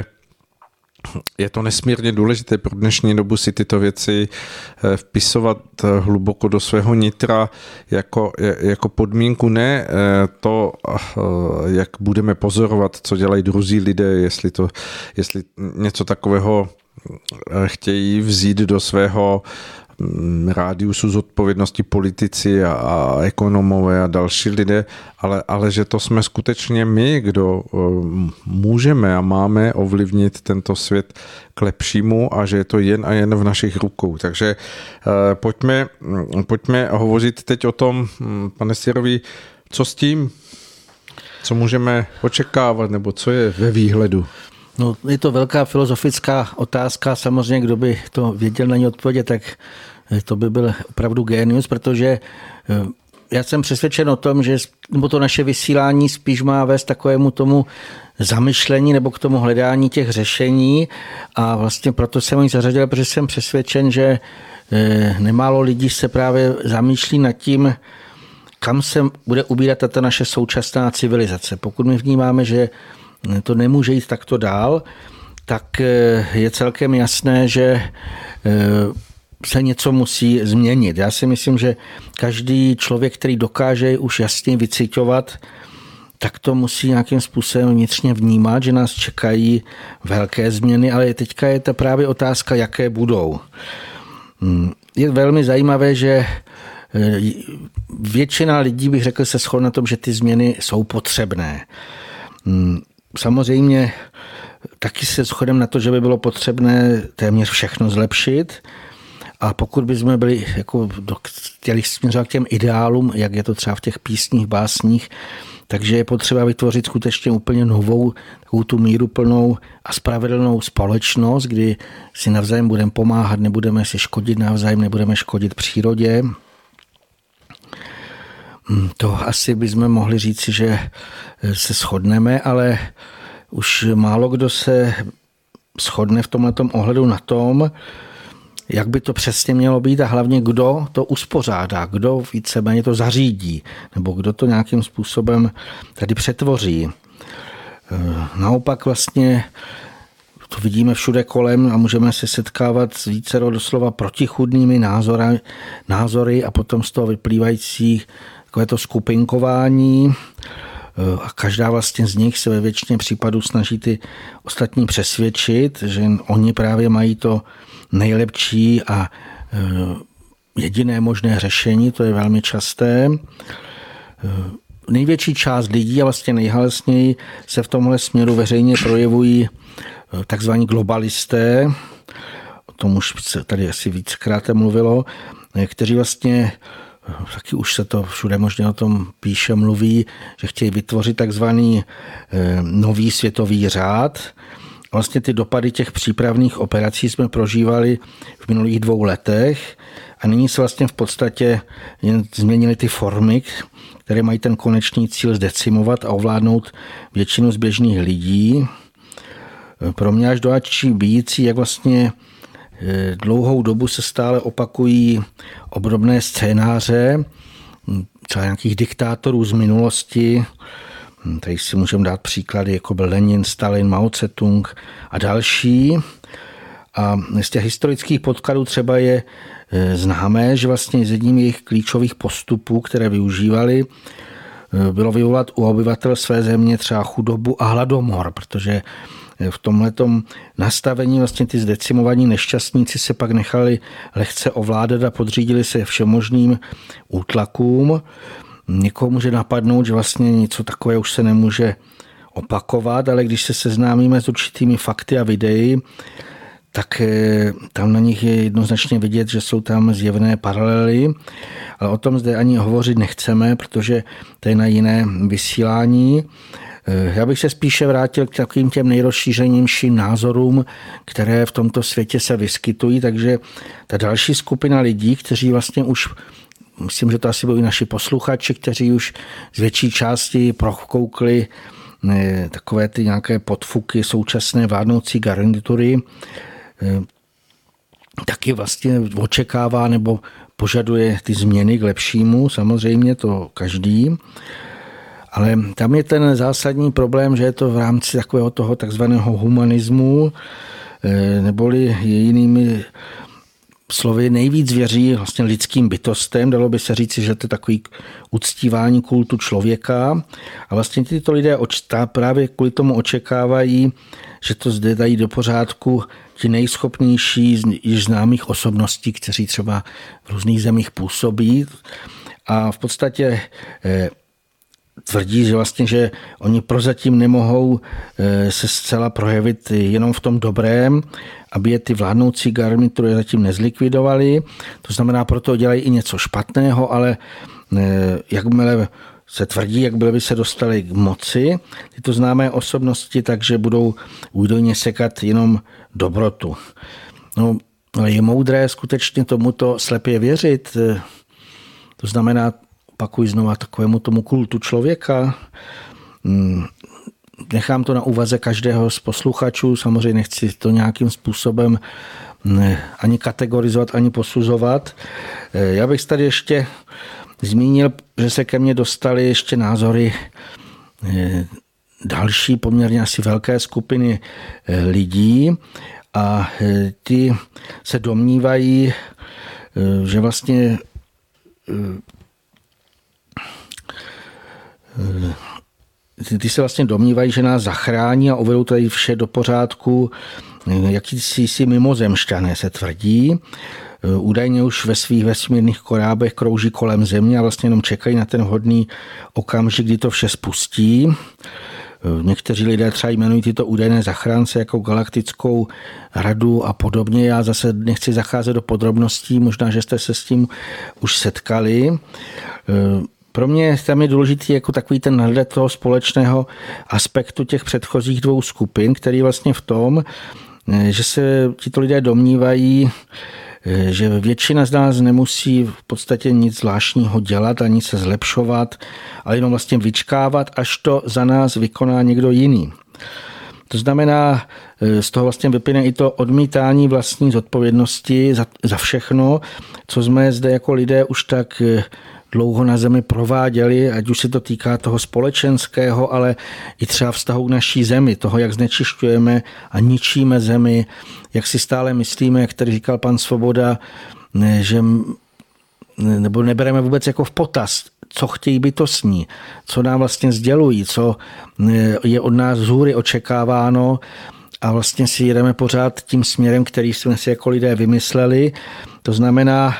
je to nesmírně důležité pro dnešní dobu si tyto věci vpisovat hluboko do svého nitra jako, jako podmínku, ne to, jak budeme pozorovat, co dělají druzí lidé, jestli, to, jestli něco takového chtějí vzít do svého rádiusu zodpovědnosti politici a, a ekonomové a další lidé, ale, ale že to jsme skutečně my, kdo můžeme a máme ovlivnit tento svět k lepšímu a že je to jen a jen v našich rukou. Takže eh, pojďme, pojďme hovořit teď o tom, pane Syrový, co s tím, co můžeme očekávat, nebo co je ve výhledu. No, je to velká filozofická otázka. Samozřejmě, kdo by to věděl na ní odpovědět, tak to by byl opravdu génius, protože já jsem přesvědčen o tom, že nebo to naše vysílání spíš má vést takovému tomu zamyšlení nebo k tomu hledání těch řešení a vlastně proto jsem ji zařadil, protože jsem přesvědčen, že nemálo lidí se právě zamýšlí nad tím, kam se bude ubírat tato naše současná civilizace. Pokud my vnímáme, že to nemůže jít takto dál, tak je celkem jasné, že se něco musí změnit. Já si myslím, že každý člověk, který dokáže už jasně vyciťovat, tak to musí nějakým způsobem vnitřně vnímat, že nás čekají velké změny, ale teďka je to právě otázka, jaké budou. Je velmi zajímavé, že většina lidí, bych řekl, se shodne na tom, že ty změny jsou potřebné. Samozřejmě taky se shodem na to, že by bylo potřebné téměř všechno zlepšit a pokud bychom byli jako chtěli směřovat k těm ideálům, jak je to třeba v těch písních, básních, takže je potřeba vytvořit skutečně úplně novou, takovou tu míruplnou a spravedlnou společnost, kdy si navzájem budeme pomáhat, nebudeme si škodit navzájem, nebudeme škodit přírodě. To asi bychom mohli říci, že se shodneme, ale už málo kdo se shodne v tomhletom ohledu na tom, jak by to přesně mělo být a hlavně kdo to uspořádá, kdo víceméně to zařídí, nebo kdo to nějakým způsobem tady přetvoří. Naopak vlastně to vidíme všude kolem a můžeme se setkávat s vícero doslova protichůdnými názory, názory a potom z toho vyplývající takové to skupinkování a každá vlastně z nich se ve většině případů snaží ty ostatní přesvědčit, že oni právě mají to nejlepší a jediné možné řešení, to je velmi časté. Největší část lidí a vlastně nejhalesněji se v tomhle směru veřejně projevují takzvaní globalisté, o tom už se tady asi víckrát mluvilo, kteří vlastně taky už se to všude možně o tom píše, mluví, že chtějí vytvořit takzvaný nový světový řád. Vlastně ty dopady těch přípravných operací jsme prožívali v minulých dvou letech a nyní se vlastně v podstatě jen změnily ty formy, které mají ten konečný cíl zdecimovat a ovládnout většinu z běžných lidí. Pro mě až doačí bíjící, jak vlastně Dlouhou dobu se stále opakují obdobné scénáře, třeba nějakých diktátorů z minulosti. Tady si můžeme dát příklady, jako byl Lenin, Stalin, Mao Tse-tung a další. A z těch historických podkladů třeba je známé, že vlastně z jedním jejich klíčových postupů, které využívali, bylo vyvolat u obyvatel své země třeba chudobu a hladomor, protože v tomhletom nastavení vlastně ty zdecimovaní nešťastníci se pak nechali lehce ovládat a podřídili se všemožným útlakům. Někoho může napadnout, že vlastně něco takové už se nemůže opakovat, ale když se seznámíme s určitými fakty a videi, tak tam na nich je jednoznačně vidět, že jsou tam zjevné paralely, ale o tom zde ani hovořit nechceme, protože to je na jiné vysílání. Já bych se spíše vrátil k takovým těm nejrozšířenějším názorům, které v tomto světě se vyskytují, takže ta další skupina lidí, kteří vlastně už, myslím, že to asi byli naši posluchači, kteří už z větší části prokoukli takové ty nějaké podfuky současné vládnoucí garnitury, taky vlastně očekává nebo požaduje ty změny k lepšímu, samozřejmě to každý. Ale tam je ten zásadní problém, že je to v rámci takového toho takzvaného humanismu, neboli jinými slovy nejvíc věří vlastně lidským bytostem. Dalo by se říci, že to je takový uctívání kultu člověka. A vlastně tyto lidé právě kvůli tomu očekávají, že to zde dají do pořádku ti nejschopnější z již známých osobností, kteří třeba v různých zemích působí. A v podstatě tvrdí, že vlastně, že oni prozatím nemohou se zcela projevit jenom v tom dobrém, aby je ty vládnoucí garnitury zatím nezlikvidovali. To znamená, proto dělají i něco špatného, ale jakmile se tvrdí, jak by se dostali k moci tyto známé osobnosti, takže budou údajně sekat jenom dobrotu. No, ale je moudré skutečně tomuto slepě věřit. To znamená, opakuji znova, takovému tomu kultu člověka. Nechám to na úvaze každého z posluchačů, samozřejmě nechci to nějakým způsobem ani kategorizovat, ani posuzovat. Já bych tady ještě zmínil, že se ke mně dostaly ještě názory další poměrně asi velké skupiny lidí a ty se domnívají, že vlastně ty se vlastně domnívají, že nás zachrání a uvedou tady vše do pořádku, jakýsi si mimozemšťané se tvrdí. Údajně už ve svých vesmírných korábech krouží kolem země a vlastně jenom čekají na ten vhodný okamžik, kdy to vše spustí. Někteří lidé třeba jmenují tyto údajné zachránce jako galaktickou radu a podobně. Já zase nechci zacházet do podrobností, možná, že jste se s tím už setkali. Pro mě tam je důležitý jako takový ten nadhled toho společného aspektu těch předchozích dvou skupin, který vlastně v tom, že se tito lidé domnívají, že většina z nás nemusí v podstatě nic zvláštního dělat ani se zlepšovat, ale jenom vlastně vyčkávat, až to za nás vykoná někdo jiný. To znamená, z toho vlastně vyplyne i to odmítání vlastní zodpovědnosti za, za všechno, co jsme zde jako lidé už tak dlouho na zemi prováděli, ať už se to týká toho společenského, ale i třeba vztahu k naší zemi, toho, jak znečišťujeme a ničíme zemi, jak si stále myslíme, jak tady říkal pan Svoboda, že nebo nebereme vůbec jako v potaz, co chtějí bytostní, co nám vlastně sdělují, co je od nás z hůry očekáváno a vlastně si jedeme pořád tím směrem, který jsme si jako lidé vymysleli. To znamená,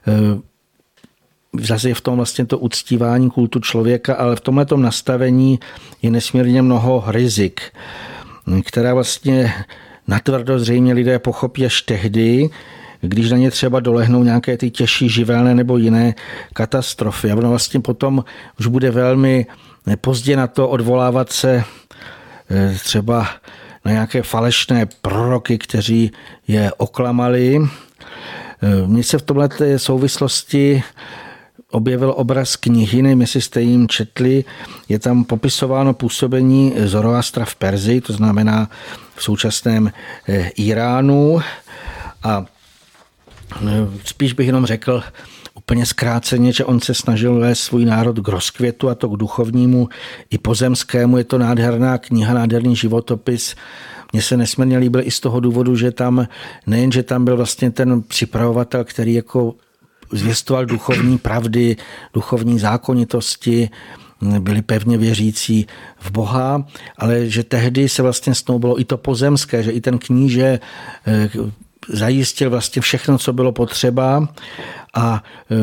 zase je v tom vlastně to uctívání kultu člověka, ale v tomhletom nastavení je nesmírně mnoho rizik, která vlastně natvrdo zřejmě lidé pochopí až tehdy, když na ně třeba dolehnou nějaké ty těžší živelné nebo jiné katastrofy. A ono vlastně potom už bude velmi pozdě na to odvolávat se třeba na nějaké falešné proroky, kteří je oklamali. Mně se v tomto souvislosti objevil obraz knihy, nevím, jestli jste jim četli, je tam popisováno působení Zoroastra v Perzii, to znamená v současném Iránu. A spíš bych jenom řekl úplně zkráceně, že on se snažil vést svůj národ k rozkvětu, a to k duchovnímu i pozemskému. Je to nádherná kniha, nádherný životopis. Mně se nesmírně líbil i z toho důvodu, že tam nejen, že tam byl vlastně ten připravovatel, který jako zvěstoval duchovní pravdy, duchovní zákonitosti, byli pevně věřící v Boha, ale že tehdy se vlastně snoubilo i to pozemské, že i ten kníže zajistil vlastně všechno, co bylo potřeba, a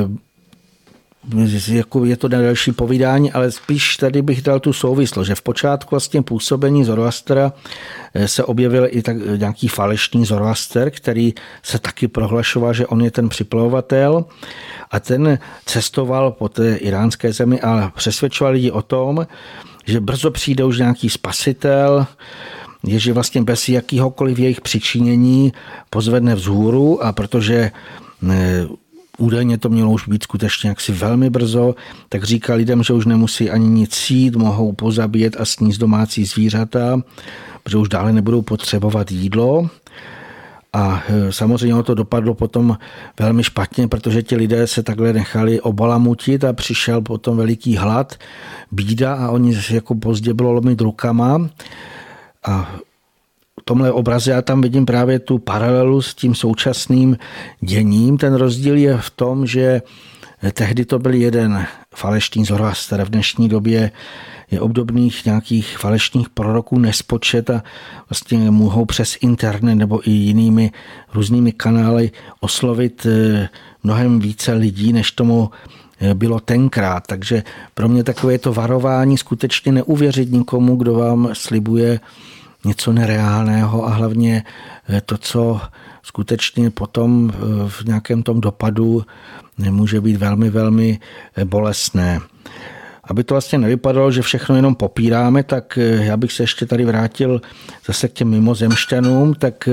jako je to další povídání, ale spíš tady bych dal tu souvislost, že v počátku vlastně působení Zoroastra se objevil i tak nějaký falešný Zoroaster, který se taky prohlašoval, že on je ten připlavovatel, a ten cestoval po té iránské zemi a přesvědčoval lidi o tom, že brzo přijde už nějaký spasitel, že vlastně bez jakýhokoliv jejich přičinění pozvedne vzhůru, a protože údajně to mělo už být skutečně jaksi velmi brzo, tak říká lidem, že už nemusí ani nic jít, mohou pozabíjet a sníst domácí zvířata, protože už dále nebudou potřebovat jídlo. A samozřejmě ono to dopadlo potom velmi špatně, protože ti lidé se takhle nechali obalamutit a přišel potom veliký hlad, bída, a oni jako pozdě bylo lomit rukama. A v tomhle obraze já tam vidím právě tu paralelu s tím současným děním. Ten rozdíl je v tom, že tehdy to byl jeden falešný Zoroaster. V dnešní době je obdobných nějakých falešných proroků nespočet a vlastně mohou přes internet nebo i jinými různými kanály oslovit mnohem více lidí, než tomu bylo tenkrát. Takže pro mě takové to varování skutečně neuvěřit nikomu, kdo vám slibuje něco nereálného, a hlavně to, co skutečně potom v nějakém tom dopadu může být velmi, velmi bolestné. Aby to vlastně nevypadalo, že všechno jenom popíráme, tak já bych se ještě tady vrátil zase k těm mimozemšťanům, tak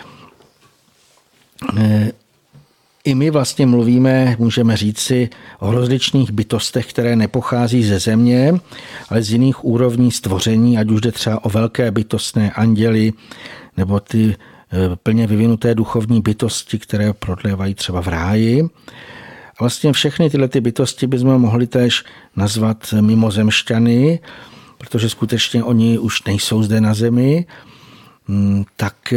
i my vlastně mluvíme, můžeme říci, o rozličných bytostech, které nepochází ze země, ale z jiných úrovní stvoření, ať už jde třeba o velké bytostné anděly, nebo ty plně vyvinuté duchovní bytosti, které prodlévají třeba v ráji. A vlastně všechny tyhle ty bytosti bychom mohli též nazvat mimozemšťany, protože skutečně oni už nejsou zde na zemi, tak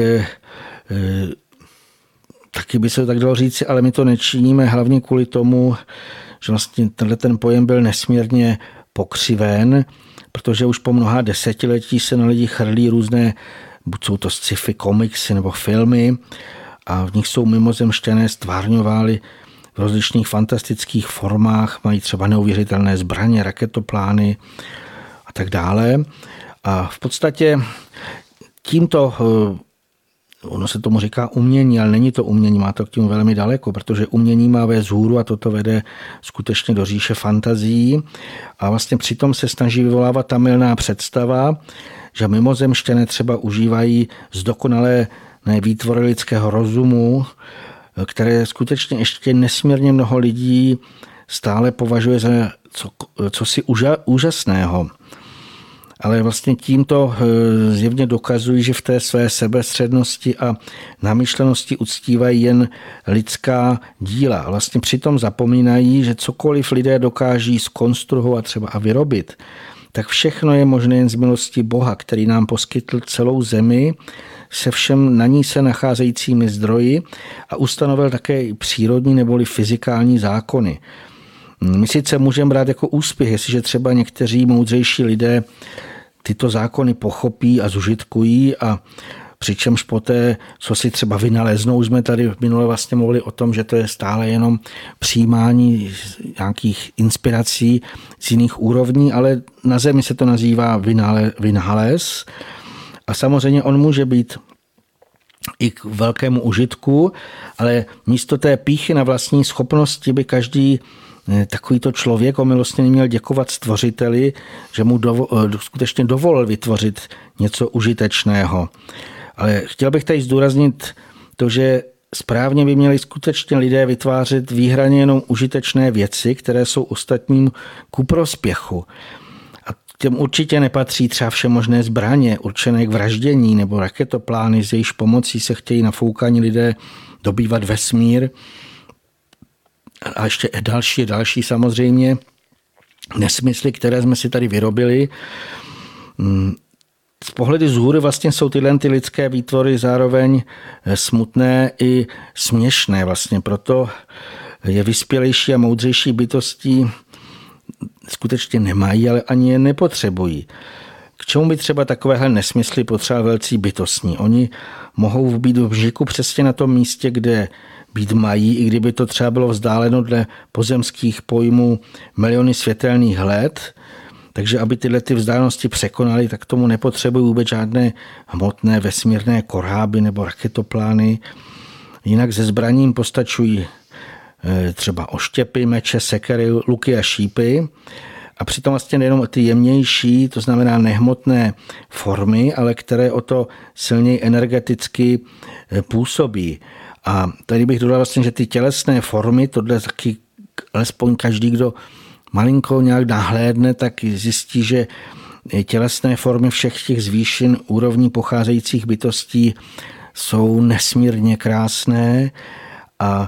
taky by se to tak dalo říci, ale my to nečiníme hlavně kvůli tomu, že vlastně tenhle ten pojem byl nesmírně pokřiven, protože už po mnoha desetiletí se na lidi chrlí různé, buď jsou to sci-fi komiksy nebo filmy, a v nich jsou mimozemšťané stvárňovány v rozličných fantastických formách, mají třeba neuvěřitelné zbraně, raketoplány a tak dále. A v podstatě tímto, ono se tomu říká umění, ale není to umění, má to k tím velmi daleko, protože umění má vést hůru a toto vede skutečně do říše fantazií, a vlastně přitom se snaží vyvolávat ta mylná představa, že mimozemšťané třeba užívají zdokonalé výtvory lidského rozumu, které skutečně ještě nesmírně mnoho lidí stále považuje za co, cosi úžasného. Ale vlastně tímto zjevně dokazují, že v té své sebestřednosti a namyšlenosti uctívají jen lidská díla. Vlastně přitom zapomínají, že cokoliv lidé dokáží zkonstruovat třeba a vyrobit, tak všechno je možné jen z milosti Boha, který nám poskytl celou zemi se všem na ní se nacházejícími zdroji a ustanovil také i přírodní neboli fyzikální zákony. My sice můžeme brát jako úspěch, jestliže třeba někteří moudřejší lidé tyto zákony pochopí a zužitkují, a přičemž poté, co si třeba vynaleznou, jsme tady minule vlastně mluvili o tom, že to je stále jenom přijímání nějakých inspirací z jiných úrovní, ale na zemi se to nazývá vynález. A samozřejmě on může být i k velkému užitku, ale místo té pýchy na vlastní schopnosti by každý takovýto člověk omylostně měl děkovat stvořiteli, že mu dovo, skutečně dovolil vytvořit něco užitečného. Ale chtěl bych tady zdůraznit to, že správně by měli skutečně lidé vytvářet výhradně jenom užitečné věci, které jsou ostatním ku prospěchu. A těm určitě nepatří třeba všemožné zbraně určené k vraždění nebo raketoplány, s jejichž pomocí se chtějí nafoukaní lidé dobývat vesmír. A ještě další, další samozřejmě nesmysly, které jsme si tady vyrobili. Z pohledu zhůry vlastně jsou tyhle ty lidské výtvory zároveň smutné i směšné. Vlastně proto je vyspělejší a moudřejší bytostí skutečně nemají, ale ani je nepotřebují. K čemu by třeba takovéhle nesmysly potřeba velcí bytostní? Oni mohou být v bžiku přesně na tom místě, kde být mají, i kdyby to třeba bylo vzdáleno dle pozemských pojmů miliony světelných let, takže aby tyhle ty vzdálenosti překonaly, tak tomu nepotřebují vůbec žádné hmotné vesmírné koráby nebo raketoplány. Jinak ze zbraním postačují třeba oštěpy, meče, sekery, luky a šípy. A přitom vlastně nejenom ty jemnější, to znamená nehmotné formy, ale které o to silněji energeticky působí. A tady bych dodal vlastně, že ty tělesné formy, tohle taky alespoň každý, kdo malinko nějak nahlédne, tak zjistí, že tělesné formy všech těch zvýšin úrovní pocházejících bytostí jsou nesmírně krásné a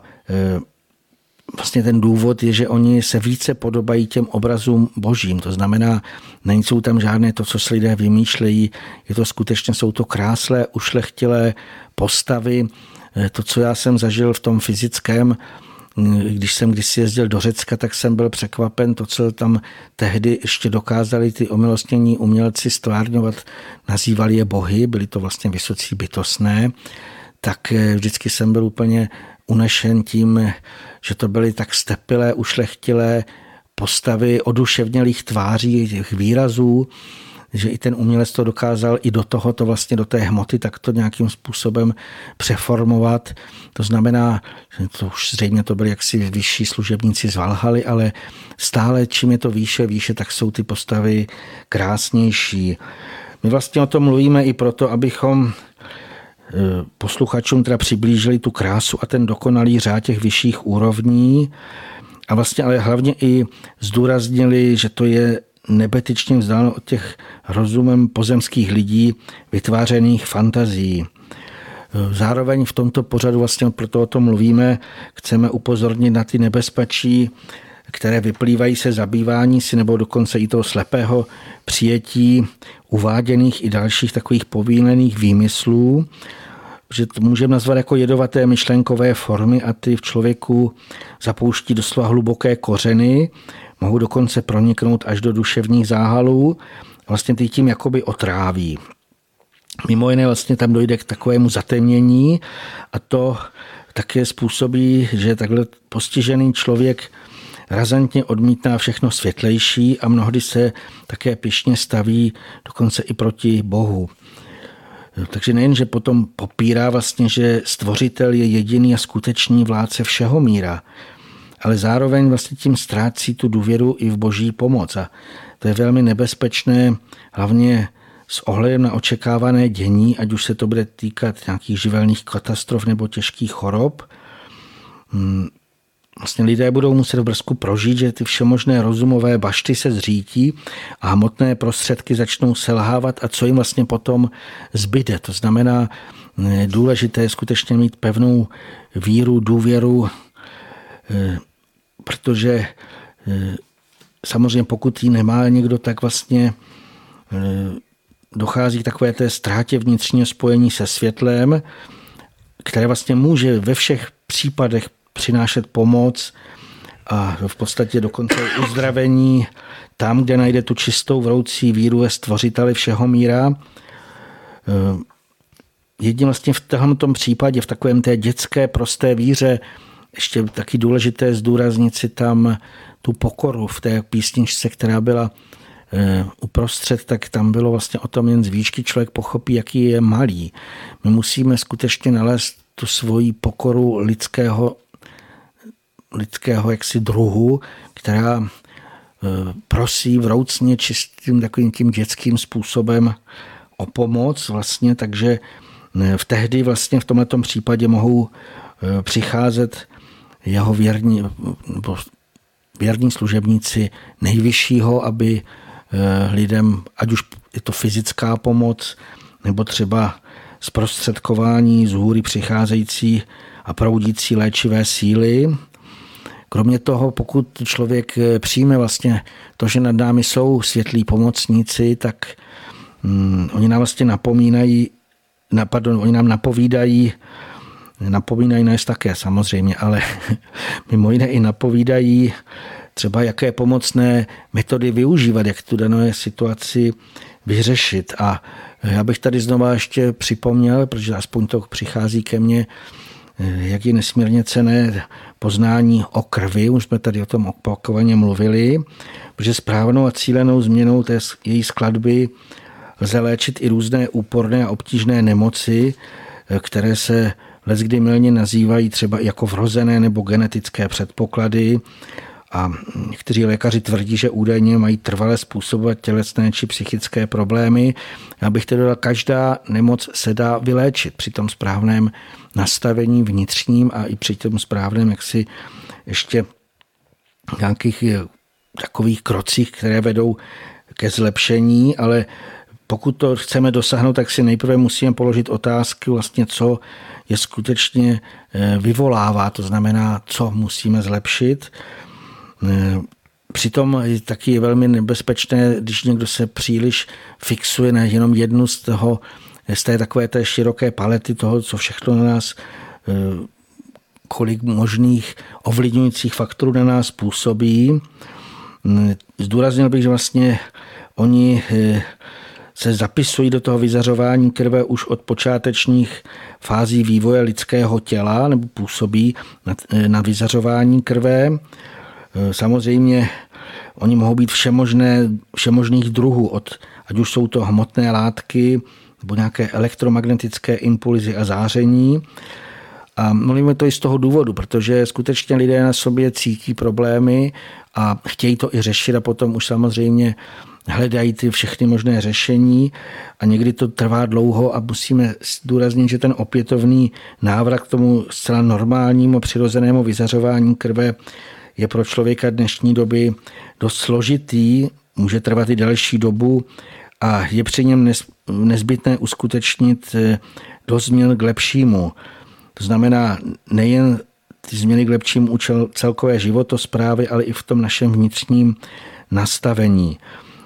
vlastně ten důvod je, že oni se více podobají těm obrazům božím. To znamená, nejsou tam žádné to, co si lidé vymýšlejí. Je to skutečně, jsou to krásné, ušlechtilé postavy. To, co já jsem zažil v tom fyzickém, když jsem kdysi jezdil do Řecka, tak jsem byl překvapen. To, co tam tehdy ještě dokázali ty omilostnění umělci stvárňovat, nazývali je bohy, byli to vlastně vysocí bytostné, tak vždycky jsem byl úplně unešen tím, že to byly tak stepilé, ušlechtilé postavy oduševnělých tváří, těch výrazů, že i ten umělec to dokázal i do tohoto vlastně do té hmoty tak to nějakým způsobem přeformovat. To znamená, že to už zřejmě to byly jaksi vyšší služebníci z Valhaly, ale stále čím je to výše, výše, tak jsou ty postavy krásnější. My vlastně o tom mluvíme i proto, abychom posluchačům teda přiblížili tu krásu a ten dokonalý řád těch vyšších úrovní a vlastně ale hlavně i zdůraznili, že to je nebetyčně vzdáleno od těch rozumem pozemských lidí vytvářených fantazií. Zároveň v tomto pořadu vlastně proto o tom mluvíme, chceme upozornit na ty nebezpečí, které vyplývají se zabývání si nebo dokonce i toho slepého přijetí uváděných i dalších takových povinných výmyslů, že to můžeme nazvat jako jedovaté myšlenkové formy a ty v člověku zapouští doslova hluboké kořeny, mohou dokonce proniknout až do duševních záhalů a vlastně ty tím jakoby otráví. Mimo jiné vlastně tam dojde k takovému zatemnění a to také způsobí, že takhle postižený člověk razantně odmítá všechno světlejší a mnohdy se také pyšně staví dokonce i proti Bohu. Takže nejen, že potom popírá vlastně, že stvořitel je jediný a skutečný vládce všeho míra, ale zároveň vlastně tím ztrácí tu důvěru i v boží pomoc. A to je velmi nebezpečné, hlavně s ohledem na očekávané dění, ať už se to bude týkat nějakých živelných katastrof nebo těžkých chorob. Vlastně lidé budou muset v brzku prožít, že ty všemožné rozumové bašty se zřítí a hmotné prostředky začnou selhávat a co jim vlastně potom zbyde. To znamená, důležité je skutečně mít pevnou víru, důvěru, protože samozřejmě pokud ji nemá někdo, tak vlastně dochází k takové té ztrátě vnitřního spojení se světlem, které vlastně může ve všech případech přinášet pomoc a v podstatě dokonce uzdravení tam, kde najde tu čistou vroucí víru ve stvořiteli všeho míra. Jedním vlastně v tomto případě, v takovém té dětské prosté víře, ještě taky důležité zdůraznit si tam tu pokoru v té písničce, která byla uprostřed, tak tam bylo vlastně o tom jen z výšky člověk pochopí, jaký je malý. My musíme skutečně nalézt tu svoji pokoru lidského lidského jaksi druhu, která prosí vroucně čistým takovým tím dětským způsobem o pomoc vlastně, takže v tehdy vlastně v tomto případě mohou přicházet jeho věrní, věrní služebníci nejvyššího, aby lidem, ať už je to fyzická pomoc, nebo třeba zprostředkování z hůry přicházející a proudící léčivé síly. Kromě toho, pokud člověk přijme vlastně to, že nad námi jsou světlí pomocníci, tak um, oni nám vlastně napomínají, na, pardon, oni nám napovídají, napomínají nás také samozřejmě, ale mimo jiné i napovídají třeba jaké pomocné metody využívat, jak tu danou situaci vyřešit. A já bych tady znova ještě připomněl, protože aspoň to přichází ke mně, jak je nesmírně cenné poznání o krvi, už jsme tady o tom opakovaně mluvili, protože správnou a cílenou změnou té její skladby lze léčit i různé úporné a obtížné nemoci, které se leckdy mylně nazývají třeba jako vrozené nebo genetické předpoklady. A někteří lékaři tvrdí, že údajně mají trvale způsobovat tělesné či psychické problémy. Já bych tedy dodal, každá nemoc se dá vyléčit při tom správném nastavení vnitřním a i při tom správném jaksi ještě nějakých takových krocích, které vedou ke zlepšení, ale pokud to chceme dosáhnout, tak si nejprve musíme položit otázky vlastně, co je skutečně vyvolává, to znamená, co musíme zlepšit. Přitom taky je velmi nebezpečné, když někdo se příliš fixuje na jenom jednu z toho, z té takové té široké palety toho, co všechno na nás, kolik možných ovlivňujících faktorů na nás působí. Zdůraznil bych, že vlastně oni se zapisují do toho vyzařování krve už od počátečních fází vývoje lidského těla nebo působí na, na vyzařování krve. Samozřejmě oni mohou být všemožné, všemožných druhů, od, ať už jsou to hmotné látky nebo nějaké elektromagnetické impulzy a záření. A mluvíme to i z toho důvodu, protože skutečně lidé na sobě cítí problémy a chtějí to i řešit a potom už samozřejmě hledají ty všechny možné řešení a někdy to trvá dlouho a musíme zdůraznit, že ten opětovný návrat k tomu zcela normálnímu přirozenému vyzařování krve je pro člověka dnešní doby dost složitý, může trvat i delší dobu a je při něm nezbytné uskutečnit dost změn k lepšímu. To znamená nejen ty změny k lepšímu účel celkové životosprávy, ale i v tom našem vnitřním nastavení.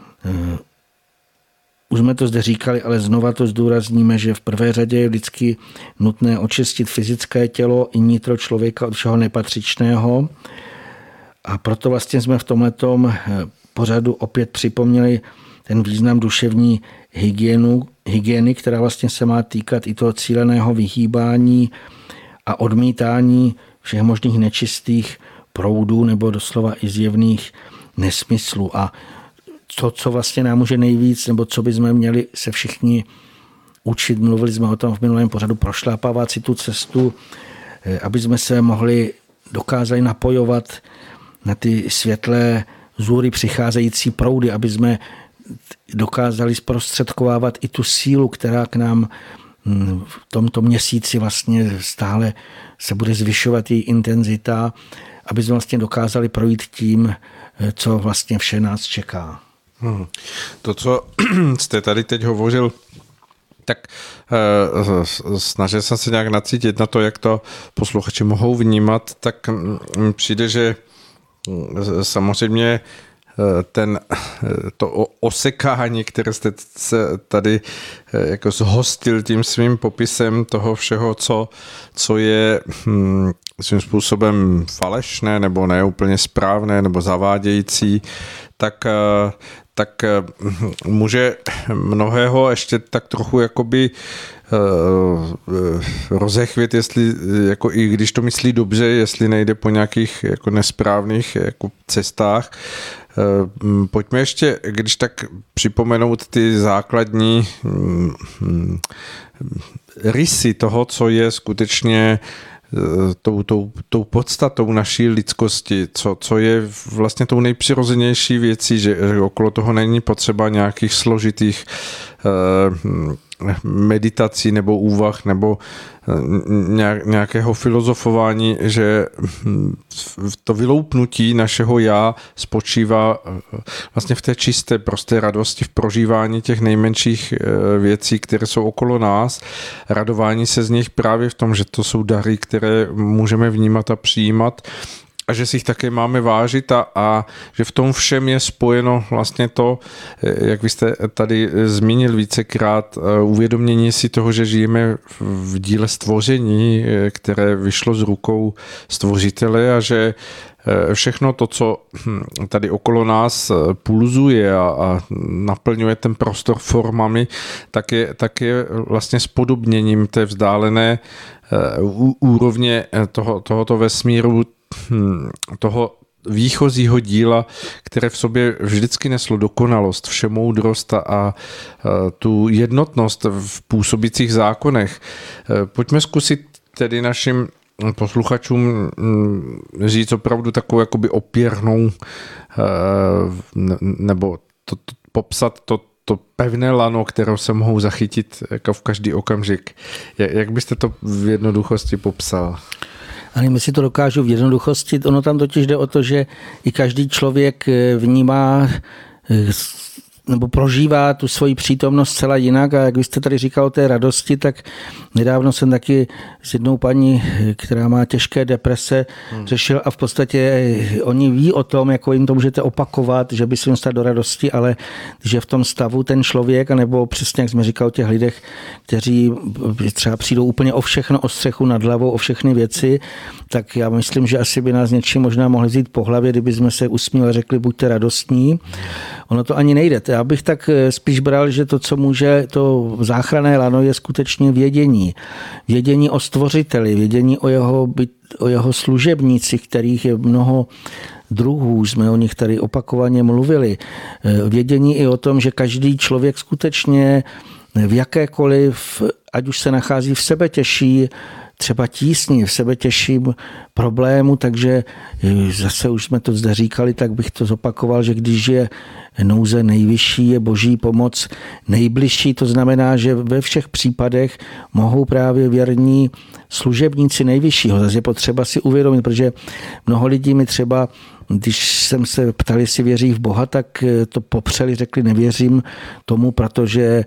Už jsme to zde říkali, ale znova to zdůrazníme, že v prvé řadě je vždycky nutné očistit fyzické tělo i nitro člověka od všeho nepatřičného. A proto vlastně jsme v tomhletom pořadu opět připomněli ten význam duševní hygienu, hygieny, která vlastně se má týkat i toho cíleného vyhýbání a odmítání všech možných nečistých proudů nebo doslova i zjevných nesmyslů. A to, co vlastně nám může nejvíc, nebo co bychom měli se všichni učit, mluvili jsme o tom v minulém pořadu, prošlápávat si tu cestu, aby jsme se mohli dokázali napojovat na ty světlé zůry přicházející proudy, aby jsme dokázali zprostředkovávat i tu sílu, která k nám v tomto měsíci vlastně stále se bude zvyšovat její intenzita, aby jsme vlastně dokázali projít tím, co vlastně vše nás čeká. Hmm. To, co jste tady teď hovořil, tak eh, snažil jsem se nějak nacítit na to, jak to posluchači mohou vnímat, tak mi přijde, že samozřejmě ten, to osekání, které jste se tady jako zhostil tím svým popisem toho všeho, co, co je hm, svým způsobem falešné nebo neúplně správné nebo zavádějící, tak, tak může mnohého ještě tak trochu jakoby rozechvět, jestli, jako i když to myslí dobře, jestli nejde po nějakých jako nesprávných jako cestách. Pojďme ještě, když tak připomenout ty základní rysy toho, co je skutečně tou, tou, tou podstatou naší lidskosti, co, co je vlastně tou nejpřirozenější věcí, že, že okolo toho není potřeba nějakých složitých meditací nebo úvah nebo nějakého filozofování, že to vyloupnutí našeho já spočívá vlastně v té čisté, prosté radosti, v prožívání těch nejmenších věcí, které jsou okolo nás, radování se z nich právě v tom, že to jsou dary, které můžeme vnímat a přijímat, a že si jich také máme vážit a, a že v tom všem je spojeno vlastně to, jak vy jste tady zmínil vícekrát, uvědomění si toho, že žijeme v díle stvoření, které vyšlo z rukou stvořitele a že všechno to, co tady okolo nás pulzuje a, a naplňuje ten prostor formami, tak je, tak je vlastně spodobněním té vzdálené úrovně toho, tohoto vesmíru, toho výchozího díla, které v sobě vždycky neslo dokonalost, všemoudrost a tu jednotnost v působících zákonech. Pojďme zkusit tedy našim posluchačům říct opravdu takovou jakoby opěrnou nebo to, to, popsat to, to pevné lano, kterou se mohou zachytit jako v každý okamžik. Jak byste to v jednoduchosti popsal? Ale my si to dokážu v jednoduchosti. Ono tam totiž jde o to, že i každý člověk vnímá nebo prožívá tu svoji přítomnost zcela jinak a jak vy jste tady říkal o té radosti, tak nedávno jsem taky s jednou paní, která má těžké deprese, hmm. řešil a v podstatě oni ví o tom, jako jim to můžete opakovat, že by se jim stát do radosti, ale že v tom stavu ten člověk, anebo přesně jak jsme říkali o těch lidech, kteří třeba přijdou úplně o všechno, o střechu nad hlavou, o všechny věci, tak já myslím, že asi by nás něčím možná mohli vzít po hlavě, kdyby jsme se usmíli a řekli, buďte radostní. Ono to ani nejde. Já bych tak spíš bral, že to, co může to záchranné lano, je skutečně vědění. Vědění o stvořiteli, vědění o jeho, o jeho služebnících, kterých je mnoho druhů, jsme o nich tady opakovaně mluvili. Vědění i o tom, že každý člověk skutečně v jakékoliv, ať už se nachází v sebetěžší, třeba tísni, v sebetěžším problému, takže zase už jsme to zde říkali, tak bych to zopakoval, že když je nouze nejvyšší, je boží pomoc nejbližší, to znamená, že ve všech případech mohou právě věrní služebníci nejvyššího. Zase je potřeba si uvědomit, protože mnoho lidí mi třeba, když jsem se ptali, jestli věří v Boha, tak to popřeli, řekli, nevěřím tomu, protože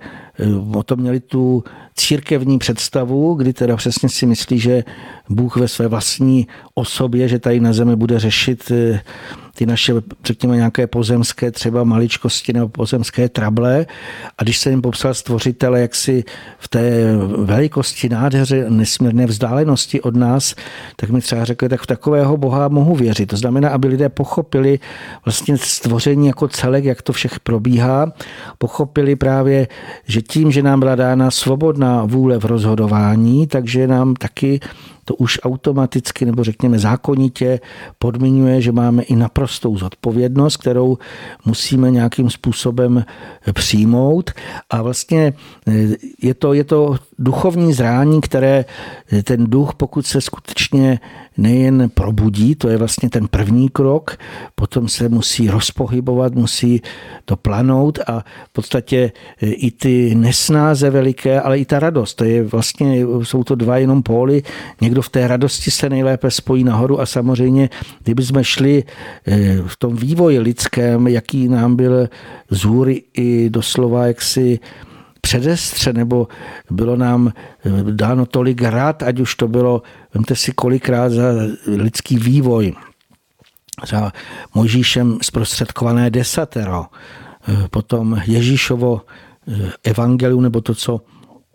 o tom měli tu církevní představu, kdy teda přesně si myslí, že Bůh ve své vlastní osobě, že tady na zemi bude řešit ty naše, řekněme, nějaké pozemské třeba maličkosti nebo pozemské trable. A když se jim popsal stvořitele, jak si v té velikosti, nádheře, nesmírné vzdálenosti od nás, tak mi třeba řekli, tak v takového Boha mohu věřit. To znamená, aby lidé pochopili vlastně stvoření jako celek, jak to všech probíhá, pochopili právě, že tím, že nám byla dána svobodná vůle v rozhodování, takže nám taky to už automaticky nebo řekněme zákonitě podmiňuje, že máme i naprostou zodpovědnost, kterou musíme nějakým způsobem přijmout. A vlastně je to, je to duchovní zrání, které ten duch, pokud se skutečně nejen probudí, to je vlastně ten první krok, potom se musí rozpohybovat, musí to planout a v podstatě i ty nesnáze veliké, ale i ta radost, to je vlastně, jsou to dva jenom póly. Někdo v té radosti se nejlépe spojí nahoru a samozřejmě, kdyby jsme šli v tom vývoji lidském, jaký nám byl z hůry i doslova jaksi předestře, nebo bylo nám dáno tolik rad, ať už to bylo, vemte si kolikrát za lidský vývoj, za Mojžíšem zprostředkované desatero, potom Ježíšovo evangelium, nebo to, co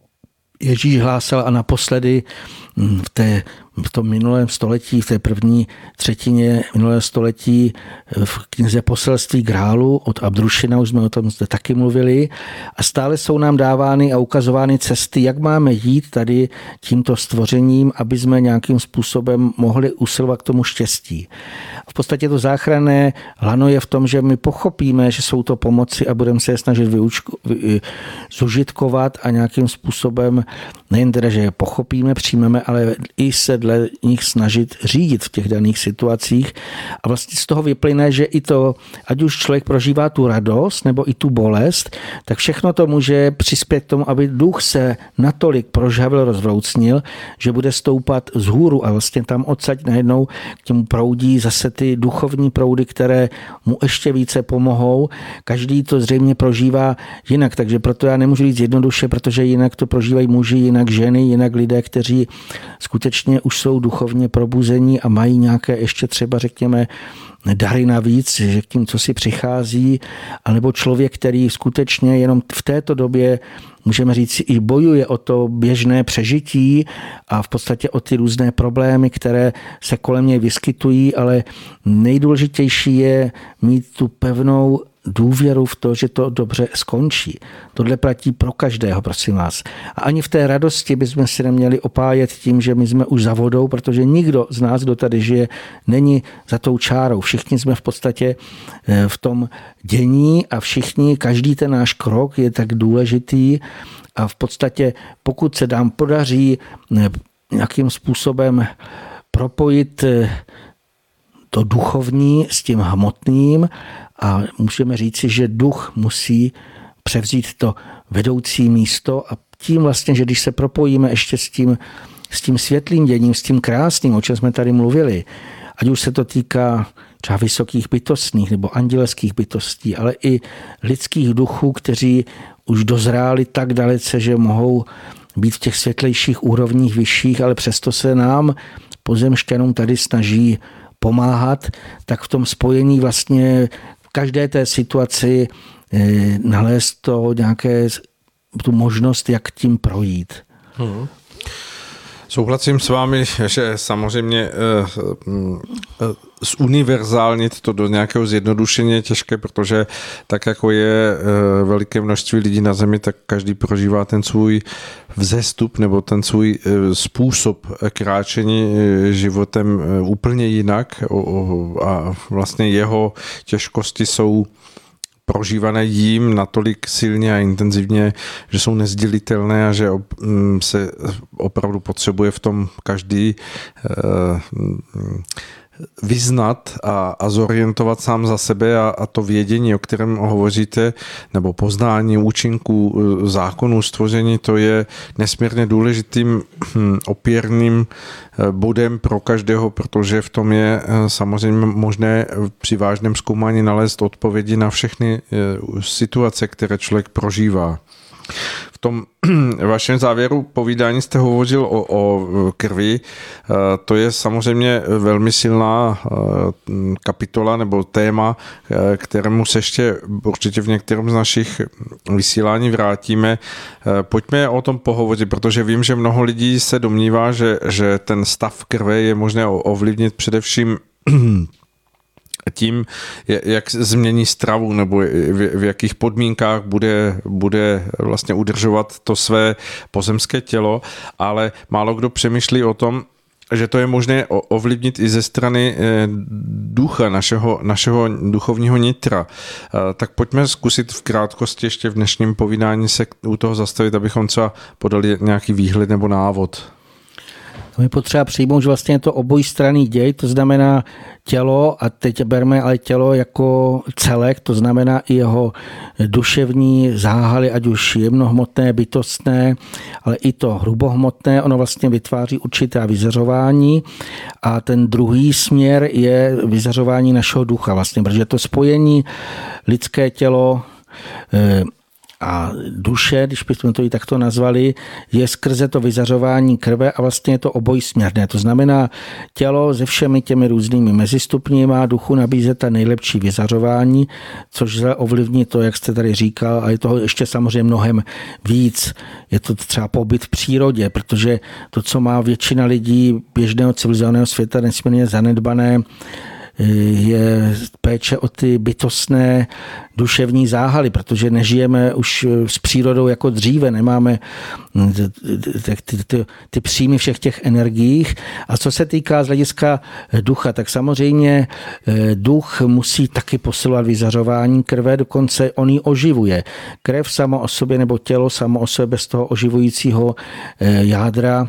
Ježíš hlásal a naposledy v, té, v tom minulém století, v té první třetině minulého století v knize Poselství Grálu od Abdrušina, už jsme o tom zde taky mluvili, a stále jsou nám dávány a ukazovány cesty, jak máme jít tady tímto stvořením, aby jsme nějakým způsobem mohli usilovat k tomu štěstí. V podstatě to záchranné lano je v tom, že my pochopíme, že jsou to pomoci a budeme se je snažit vyučku, vy, zužitkovat a nějakým způsobem nejen teda, že je pochopíme, přijmeme, ale i se podle nich snažit řídit v těch daných situacích. A vlastně z toho vyplyne, že i to, ať už člověk prožívá tu radost nebo i tu bolest, tak všechno to může přispět k tomu, aby duch se natolik prožhavil, rozvroucnil, že bude stoupat vzhůru a vlastně tam odsaď najednou k těmu proudí zase ty duchovní proudy, které mu ještě více pomohou. Každý to zřejmě prožívá jinak, takže proto já nemůžu říct jednoduše, protože jinak to prožívají muži, jinak ženy, jinak lidé, kteří skutečně už jsou duchovně probuzení a mají nějaké ještě třeba, řekněme, dary navíc, že k tím, co si přichází, anebo člověk, který skutečně jenom v této době, můžeme říct, i bojuje o to běžné přežití a v podstatě o ty různé problémy, které se kolem něj vyskytují, ale nejdůležitější je mít tu pevnou důvěru v to, že to dobře skončí. Tohle platí pro každého, prosím vás. A ani v té radosti bychom si neměli opájet tím, že my jsme už za vodou, protože nikdo z nás, kdo tady žije, není za tou čárou. Všichni jsme v podstatě v tom dění a všichni, každý ten náš krok je tak důležitý a v podstatě pokud se nám podaří nějakým způsobem propojit to duchovní s tím hmotným, a můžeme říci, že duch musí převzít to vedoucí místo a tím vlastně, že když se propojíme ještě s tím, s tím světlým děním, s tím krásným, o čem jsme tady mluvili, ať už se to týká třeba vysokých bytostných nebo andělských bytostí, ale i lidských duchů, kteří už dozráli tak dalece, že mohou být v těch světlejších úrovních vyšších, ale přesto se nám pozemšťanům tady snaží pomáhat, tak v tom spojení vlastně v každé té situaci nalézt to nějaké tu možnost, jak tím projít. Hmm. Souhlasím s vámi, že samozřejmě zuniverzálnit to do nějakého zjednodušení je těžké, protože tak jako je veliké množství lidí na zemi, tak každý prožívá ten svůj vzestup nebo ten svůj způsob kráčení životem úplně jinak a vlastně jeho těžkosti jsou prožívané jím natolik silně a intenzivně, že jsou nezdělitelné a že se opravdu potřebuje v tom každý vyznat a, a zorientovat sám za sebe a, a to vědění, o kterém hovoříte, nebo poznání účinků zákonů stvoření, to je nesmírně důležitým opěrným bodem pro každého, protože v tom je samozřejmě možné při vážném zkoumání nalézt odpovědi na všechny situace, které člověk prožívá. V tom vašem závěru povídání jste hovořil o, o krvi. To je samozřejmě velmi silná kapitola nebo téma, kterému se ještě určitě v některém z našich vysílání vrátíme. Pojďme o tom pohovořit, protože vím, že mnoho lidí se domnívá, že, že ten stav krve je možné ovlivnit především tím, jak změní stravu nebo v jakých podmínkách bude, bude vlastně udržovat to své pozemské tělo, ale málo kdo přemýšlí o tom, že to je možné ovlivnit i ze strany ducha, našeho, našeho duchovního nitra. Tak pojďme zkusit v krátkosti ještě v dnešním povídání se u toho zastavit, abychom třeba podali nějaký výhled nebo návod. To je potřeba přijmout, že vlastně je to obojstranný děj, to znamená tělo, a teď berme ale tělo jako celek, to znamená i jeho duševní záhaly, ať už jemnohmotné, bytostné, ale i to hrubohmotné, ono vlastně vytváří určité vyzařování a ten druhý směr je vyzařování našeho ducha vlastně, protože to spojení lidské tělo a duše, když bychom to i takto nazvali, je skrze to vyzařování krve a vlastně je to obojsměrné. To znamená, tělo se všemi těmi různými mezistupni má duchu nabízet ta nejlepší vyzařování, což zle ovlivní to, jak jste tady říkal, a je toho ještě samozřejmě mnohem víc. Je to třeba pobyt v přírodě, protože to, co má většina lidí běžného civilizovaného světa nesmírně zanedbané, je péče o ty bytostné duševní záhaly, protože nežijeme už s přírodou jako dříve, nemáme ty, ty, ty příjmy všech těch energiích. A co se týká z hlediska ducha, tak samozřejmě duch musí taky posilovat vyzařování krve, dokonce on ji oživuje. Krev sama o sobě nebo tělo samo o sobě bez toho oživujícího jádra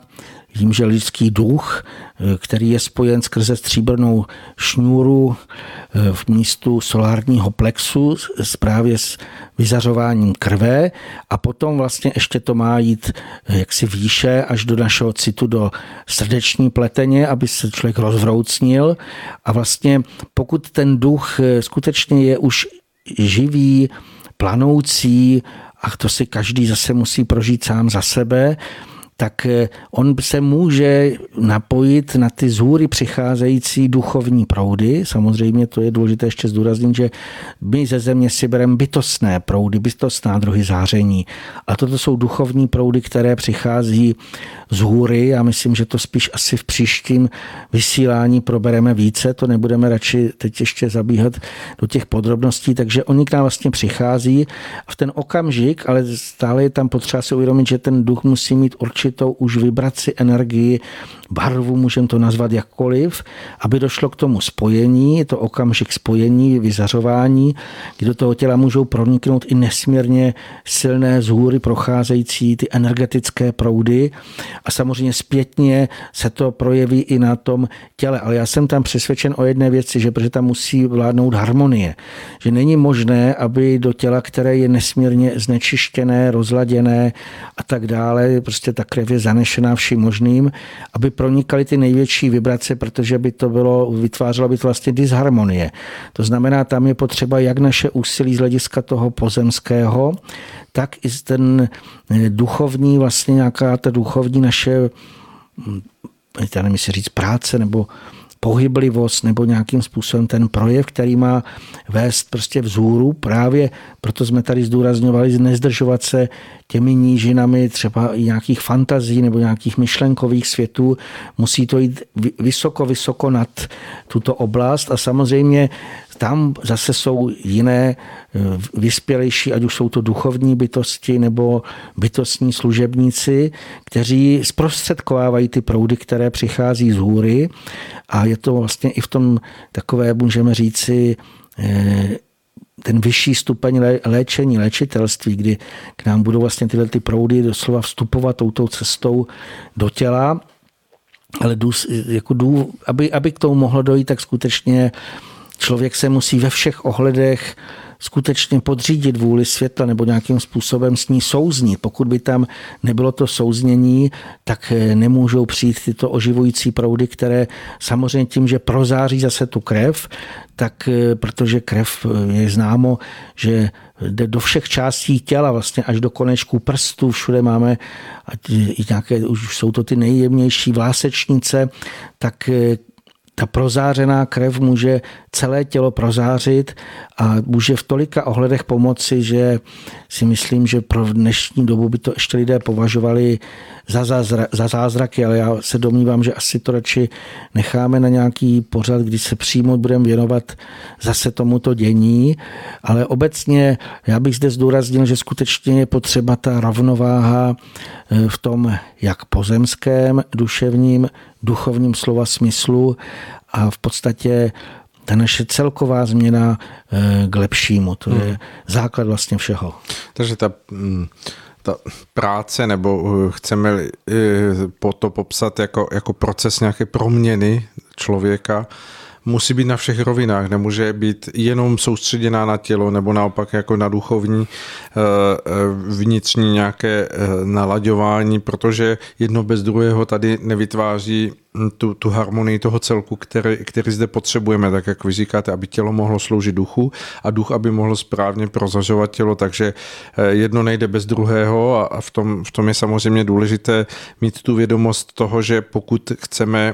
Vím, že lidský duch, který je spojen skrze stříbrnou šňůru v místu solárního plexu právě s vyzařováním krve a potom vlastně ještě to má jít jaksi výše až do našeho citu, do srdeční pleteně, aby se člověk rozvroucnil a vlastně pokud ten duch skutečně je už živý, planoucí a to si každý zase musí prožít sám za sebe, tak on se může napojit na ty zhůry přicházející duchovní proudy. Samozřejmě to je důležité ještě zdůraznit, že my ze země si bereme bytostné proudy, bytostná druhy záření. A toto jsou duchovní proudy, které přichází z hůry. Já myslím, že to spíš asi v příštím vysílání probereme více. To nebudeme radši teď ještě zabíhat do těch podrobností. Takže oni k nám vlastně přichází a v ten okamžik, ale stále je tam potřeba si uvědomit, že ten duch musí mít určitě to už vibraci, energii, barvu, můžeme to nazvat jakkoliv, aby došlo k tomu spojení, je to okamžik spojení, vyzařování, kdy do toho těla můžou proniknout i nesmírně silné zhůry procházející ty energetické proudy a samozřejmě zpětně se to projeví i na tom těle. Ale já jsem tam přesvědčen o jedné věci, že protože tam musí vládnout harmonie, že není možné, aby do těla, které je nesmírně znečištěné, rozladěné a tak dále, prostě ta krev je zanešená vším možným, aby pronikaly ty největší vibrace, protože by to bylo, vytvářelo by to vlastně disharmonie. To znamená, tam je potřeba jak naše úsilí z hlediska toho pozemského, tak i ten duchovní, vlastně nějaká ta duchovní naše, já nevím, jestli říct práce, nebo pohyblivost, nebo nějakým způsobem ten projev, který má vést prostě vzhůru. Právě proto jsme tady zdůrazňovali nezdržovat se těmi nížinami třeba i nějakých fantazí nebo nějakých myšlenkových světů. Musí to jít vysoko, vysoko nad tuto oblast a samozřejmě tam zase jsou jiné vyspělejší, ať už jsou to duchovní bytosti nebo bytostní služebníci, kteří zprostředkovávají ty proudy, které přichází z hůry a je to vlastně i v tom takové, můžeme říci, ten vyšší stupeň léčení, léčitelství, kdy k nám budou vlastně tyhle ty proudy doslova vstupovat touto cestou do těla, ale dů, jako dů, aby, aby k tomu mohlo dojít, tak skutečně člověk se musí ve všech ohledech skutečně podřídit vůli světla nebo nějakým způsobem s ní souznit. Pokud by tam nebylo to souznění, tak nemůžou přijít tyto oživující proudy, které samozřejmě tím, že prozáří zase tu krev, tak protože krev je známo, že jde do všech částí těla, vlastně až do konečků prstů, všude máme, i nějaké, už jsou to ty nejjemnější vlásečnice, tak ta prozářená krev může celé tělo prozářit a může v tolika ohledech pomoci, že si myslím, že pro dnešní dobu by to ještě lidé považovali za, zázra, za zázraky, ale já se domnívám, že asi to radši necháme na nějaký pořad, kdy se přímo budeme věnovat zase tomuto dění, ale obecně já bych zde zdůraznil, že skutečně je potřeba ta rovnováha v tom jak pozemském, duševním, duchovním slova smyslu a v podstatě ta naše celková změna k lepšímu. To je hmm. základ vlastně všeho. Takže ta, ta práce, nebo chceme po to popsat jako, jako proces nějaké proměny člověka, musí být na všech rovinách, nemůže být jenom soustředěná na tělo nebo naopak jako na duchovní vnitřní nějaké nalaďování, protože jedno bez druhého tady nevytváří tu, tu harmonii toho celku, který, který zde potřebujeme, tak jak vy říkáte, aby tělo mohlo sloužit duchu a duch, aby mohlo správně prozařovat tělo, takže jedno nejde bez druhého a v tom, v tom je samozřejmě důležité mít tu vědomost toho, že pokud chceme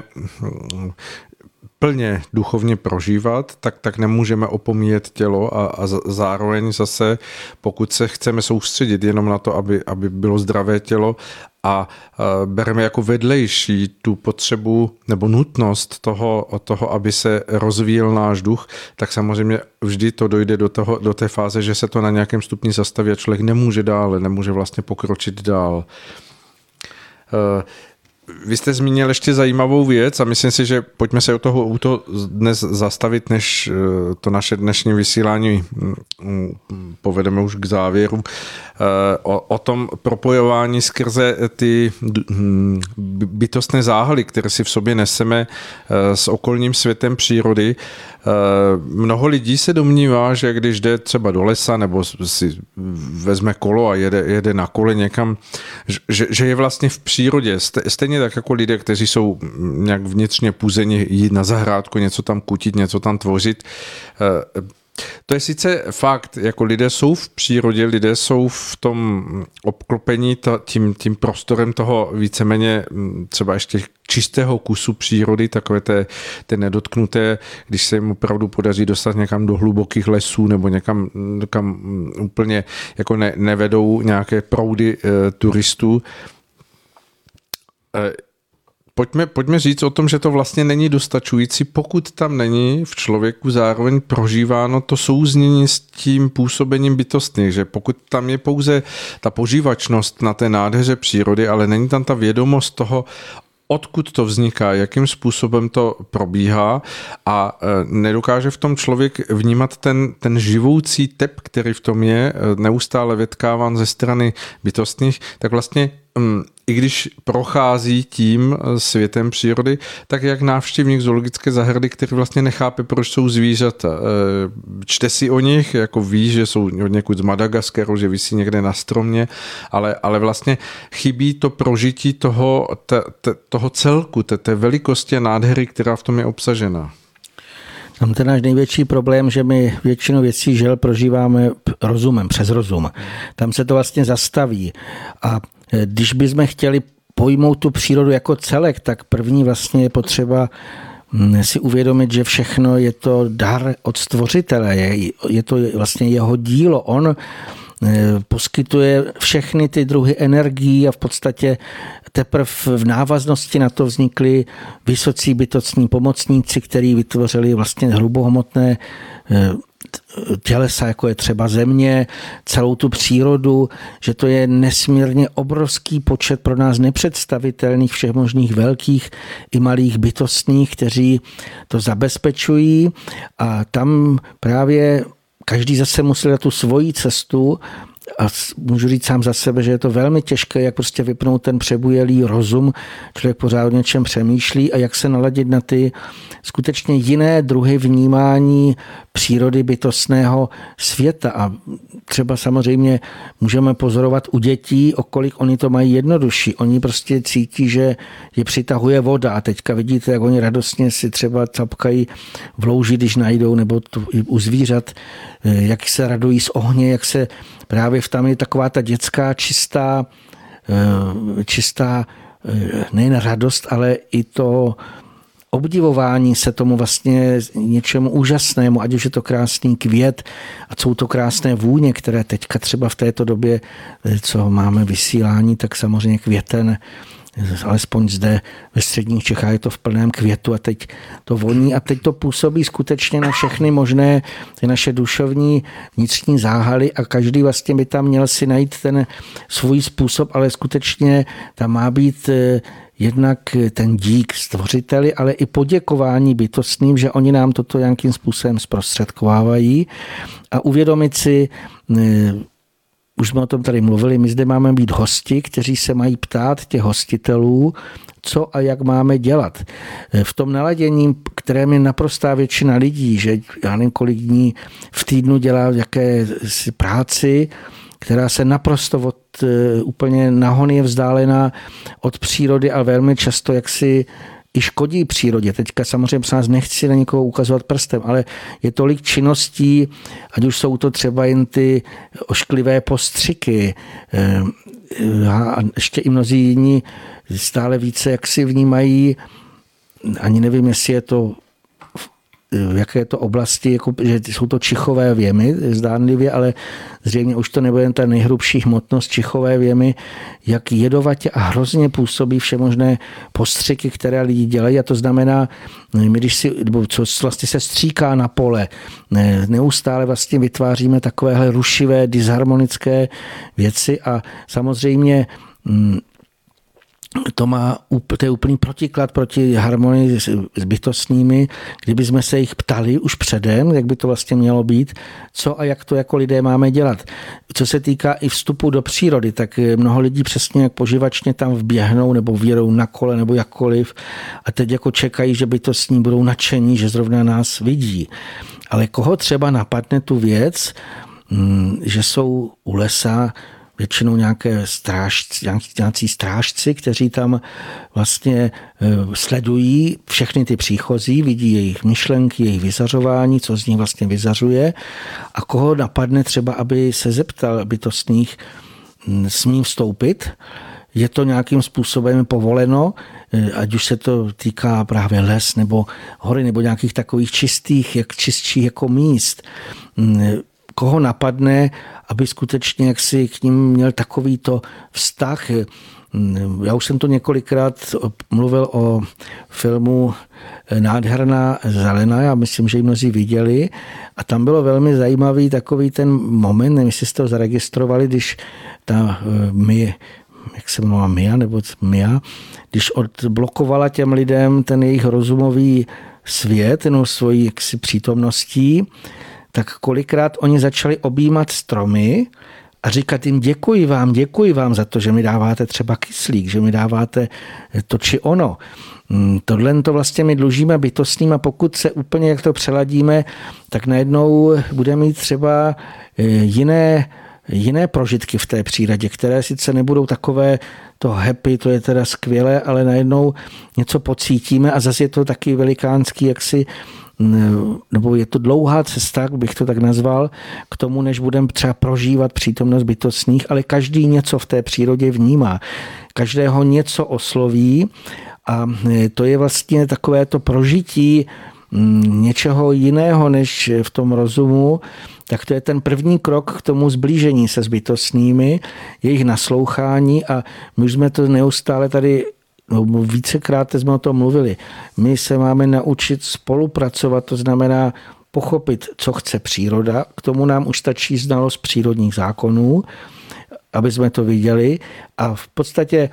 plně duchovně prožívat, tak, tak nemůžeme opomíjet tělo a, a zároveň zase, pokud se chceme soustředit jenom na to, aby, aby bylo zdravé tělo a e, bereme jako vedlejší tu potřebu nebo nutnost toho, toho, aby se rozvíjel náš duch, tak samozřejmě vždy to dojde do, toho, do té fáze, že se to na nějakém stupni zastaví a člověk nemůže dále, nemůže vlastně pokročit dál. E, Vy jste zmínil ještě zajímavou věc a myslím si, že pojďme se o toho, o toho dnes zastavit, než to naše dnešní vysílání povedeme už k závěru. o, o tom propojování skrze ty bytostné záhaly, které si v sobě neseme s okolním světem přírody. Mnoho lidí se domnívá, že když jde třeba do lesa nebo si vezme kolo a jede, jede na kole někam, že, že je vlastně v přírodě. Stejně tak jako lidé, kteří jsou nějak vnitřně půzeni jít na zahrádku, něco tam kutit, něco tam tvořit. To je sice fakt, jako lidé jsou v přírodě, lidé jsou v tom obklopení tím, tím prostorem toho víceméně třeba ještě čistého kusu přírody, takové té, té nedotknuté, když se jim opravdu podaří dostat někam do hlubokých lesů nebo někam, někam úplně jako ne, nevedou nějaké proudy e, turistů. E, Pojďme, pojďme říct o tom, že to vlastně není dostačující, pokud tam není v člověku zároveň prožíváno to souznění s tím působením bytostných, že pokud tam je pouze ta požívačnost na té nádheře přírody, ale není tam ta vědomost toho, odkud to vzniká, jakým způsobem to probíhá a nedokáže v tom člověk vnímat ten, ten živoucí tep, který v tom je, neustále vetkáván ze strany bytostných, tak vlastně i když prochází tím světem přírody, tak jak návštěvník zoologické zahrady, který vlastně nechápe, proč jsou zvířata. Čte si o nich, jako ví, že jsou od někud z Madagaskaru, že visí někde na stromě, ale, ale vlastně chybí to prožití toho, te, te, toho celku, té, té velikosti a nádhery, která v tom je obsažena. Tam ten náš největší problém, že my většinu věcí žel prožíváme rozumem, přes rozum. Tam se to vlastně zastaví. A když bychom chtěli pojmout tu přírodu jako celek, tak první vlastně je potřeba si uvědomit, že všechno je to dar od stvořitele. Je, je to vlastně jeho dílo. On poskytuje všechny ty druhy energií a v podstatě teprve v návaznosti na to vznikly vysocí bytostní pomocníci, kteří vytvořili vlastně hrubohmotné tělesa, jako je třeba země, celou tu přírodu, že to je nesmírně obrovský počet pro nás nepředstavitelných všech možných velkých i malých bytostných, kteří to zabezpečují a tam právě každý zase musí dát tu svoji cestu a můžu říct sám za sebe, že je to velmi těžké, jak prostě vypnout ten přebujelý rozum, člověk pořád o něčem přemýšlí a jak se naladit na ty skutečně jiné druhy vnímání přírody bytostného světa. A třeba samozřejmě můžeme pozorovat u dětí, o kolik oni to mají jednodušší. Oni prostě cítí, že je přitahuje voda a teďka vidíte, jak oni radostně si třeba capkají v louži, když najdou, nebo tu, u zvířat, jak se radují z ohně, jak se právě v tam je taková ta dětská čistá, čistá nejen radost, ale i to obdivování se tomu vlastně něčemu úžasnému, ať už je to krásný květ a jsou to krásné vůně, které teďka třeba v této době, co máme vysílání, tak samozřejmě květen, alespoň zde ve středních Čechách je to v plném květu a teď to voní a teď to působí skutečně na všechny možné ty naše duševní vnitřní záhaly a každý vlastně by tam měl si najít ten svůj způsob, ale skutečně tam má být jednak ten dík stvořiteli, ale i poděkování bytostným, že oni nám toto nějakým způsobem zprostředkovávají a uvědomit si, už jsme o tom tady mluvili, my zde máme být hosti, kteří se mají ptát těch hostitelů, co a jak máme dělat. V tom naladění, kterém je naprostá většina lidí, že já nevím, kolik dní v týdnu dělá jaké práci, která se naprosto od, úplně nahony je vzdálená od přírody a velmi často jaksi i škodí přírodě. Teďka samozřejmě se nás nechci na někoho ukazovat prstem, ale je tolik činností, ať už jsou to třeba jen ty ošklivé postřiky a ještě i mnozí jiní stále více jak si vnímají, ani nevím, jestli je to v jaké to oblasti, jako, že jsou to čichové věmy, zdánlivě, ale zřejmě už to nebude jen ta nejhrubší hmotnost čichové věmy, jak jedovatě a hrozně působí všemožné postřiky, které lidi dělají a to znamená, my když si, nebo co vlastně se stříká na pole, neustále vlastně vytváříme takovéhle rušivé, disharmonické věci a samozřejmě to má to je úplný protiklad proti harmonii s bytostnými, kdyby jsme se jich ptali už předem, jak by to vlastně mělo být, co a jak to jako lidé máme dělat. Co se týká i vstupu do přírody, tak mnoho lidí přesně jak poživačně tam vběhnou nebo vědou na kole nebo jakkoliv a teď jako čekají, že bytostní budou nadšení, že zrovna nás vidí. Ale koho třeba napadne tu věc, že jsou u lesa většinou nějaké strážci, nějakí strážci, kteří tam vlastně sledují všechny ty příchozí, vidí jejich myšlenky, jejich vyzařování, co z nich vlastně vyzařuje a koho napadne třeba, aby se zeptal bytostných, smím vstoupit, je to nějakým způsobem povoleno, ať už se to týká právě les nebo hory nebo nějakých takových čistých, jak čistších jako míst. Koho napadne, aby skutečně jaksi k ním měl takovýto vztah. Já už jsem to několikrát mluvil o filmu Nádherná zelená, já myslím, že ji mnozí viděli a tam bylo velmi zajímavý takový ten moment, nevím, jestli jste to zaregistrovali, když ta my, jak se jmenovala Mia, nebo Mia, když odblokovala těm lidem ten jejich rozumový svět, jenom svojí jaksi přítomností, tak kolikrát oni začali objímat stromy a říkat jim děkuji vám, děkuji vám za to, že mi dáváte třeba kyslík, že mi dáváte to či ono. Tohle to vlastně my dlužíme bytostným a pokud se úplně jak to přeladíme, tak najednou bude mít třeba jiné, jiné prožitky v té přírodě, které sice nebudou takové to happy, to je teda skvělé, ale najednou něco pocítíme a zase je to taky velikánský jaksi nebo je to dlouhá cesta, bych to tak nazval, k tomu, než budeme třeba prožívat přítomnost bytostných, ale každý něco v té přírodě vnímá. Každého něco osloví a to je vlastně takové to prožití něčeho jiného, než v tom rozumu, tak to je ten první krok k tomu zblížení se s bytostnými, jejich naslouchání a my už jsme to neustále tady no, vícekrát jsme o tom mluvili. My se máme naučit spolupracovat, to znamená pochopit, co chce příroda. K tomu nám už stačí znalost přírodních zákonů, aby jsme to viděli a v podstatě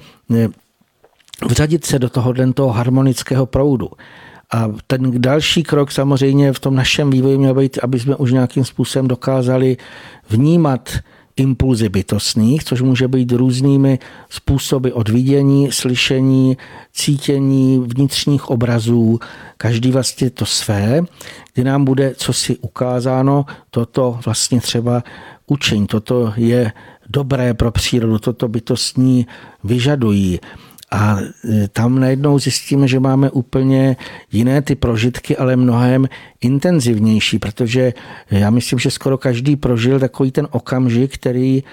vřadit se do tohoto harmonického proudu. A ten další krok samozřejmě v tom našem vývoji měl být, aby jsme už nějakým způsobem dokázali vnímat impulzy bytostných, což může být různými způsoby od vidění, slyšení, cítění, vnitřních obrazů, každý vlastně to své, kdy nám bude cosi ukázáno, toto vlastně třeba učení, toto je dobré pro přírodu, toto bytostní vyžadují. A tam najednou zjistíme, že máme úplně jiné ty prožitky, ale mnohem intenzivnější, protože já myslím, že skoro každý prožil takový ten okamžik, který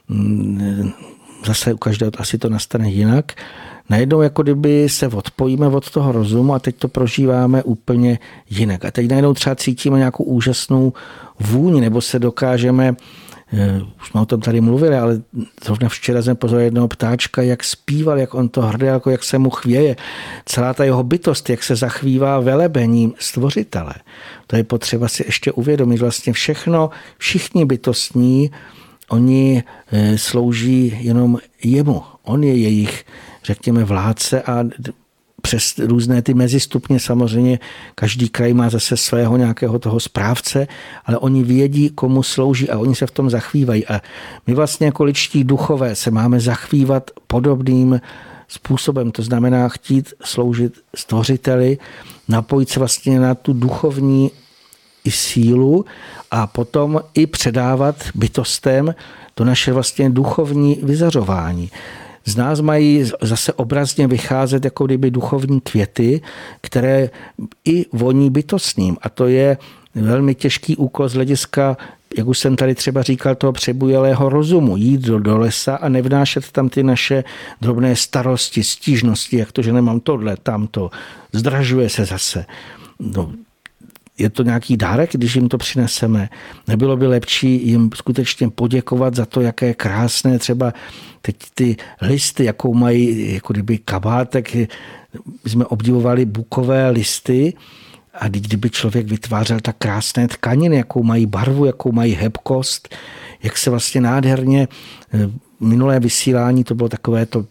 zase u každého asi to nastane jinak. Najednou jako kdyby se odpojíme od toho rozumu a teď to prožíváme úplně jinak. A teď najednou třeba cítíme nějakou úžasnou vůni, nebo se dokážeme, už jsme o tom tady mluvili, ale zrovna včera jsme pozorovali jednoho ptáčka, jak zpíval, jak on to hrdé, jako jak se mu chvěje. Celá ta jeho bytost, jak se zachvívá velebením stvořitele. To je potřeba si ještě uvědomit. Vlastně všechno, všichni bytostní, oni slouží jenom jemu. On je jejich, řekněme, vládce a přes různé ty mezistupně samozřejmě každý kraj má zase svého nějakého toho správce, ale oni vědí, komu slouží a oni se v tom zachvívají. A my vlastně jako lidští duchové se máme zachvívat podobným způsobem. To znamená chtít sloužit stvořiteli, napojit se vlastně na tu duchovní i sílu a potom i předávat bytostem to naše vlastně duchovní vyzařování. Z nás mají zase obrazně vycházet jako kdyby duchovní květy, které i voní bytostným. A to je velmi těžký úkol z hlediska, jak už jsem tady třeba říkal, toho přebujelého rozumu. Jít do, do lesa a nevnášet tam ty naše drobné starosti, stížnosti, jak to, že nemám tohle, tamto. Zdražuje se zase. No, je to nějaký dárek, když jim to přineseme? Nebylo by lepší jim skutečně poděkovat za to, jaké krásné třeba teď ty listy, jakou mají, jako kdyby kabátek, jsme obdivovali bukové listy a kdyby člověk vytvářel tak krásné tkaniny, jakou mají barvu, jakou mají hebkost, jak se vlastně nádherně minulé vysílání, to bylo takové to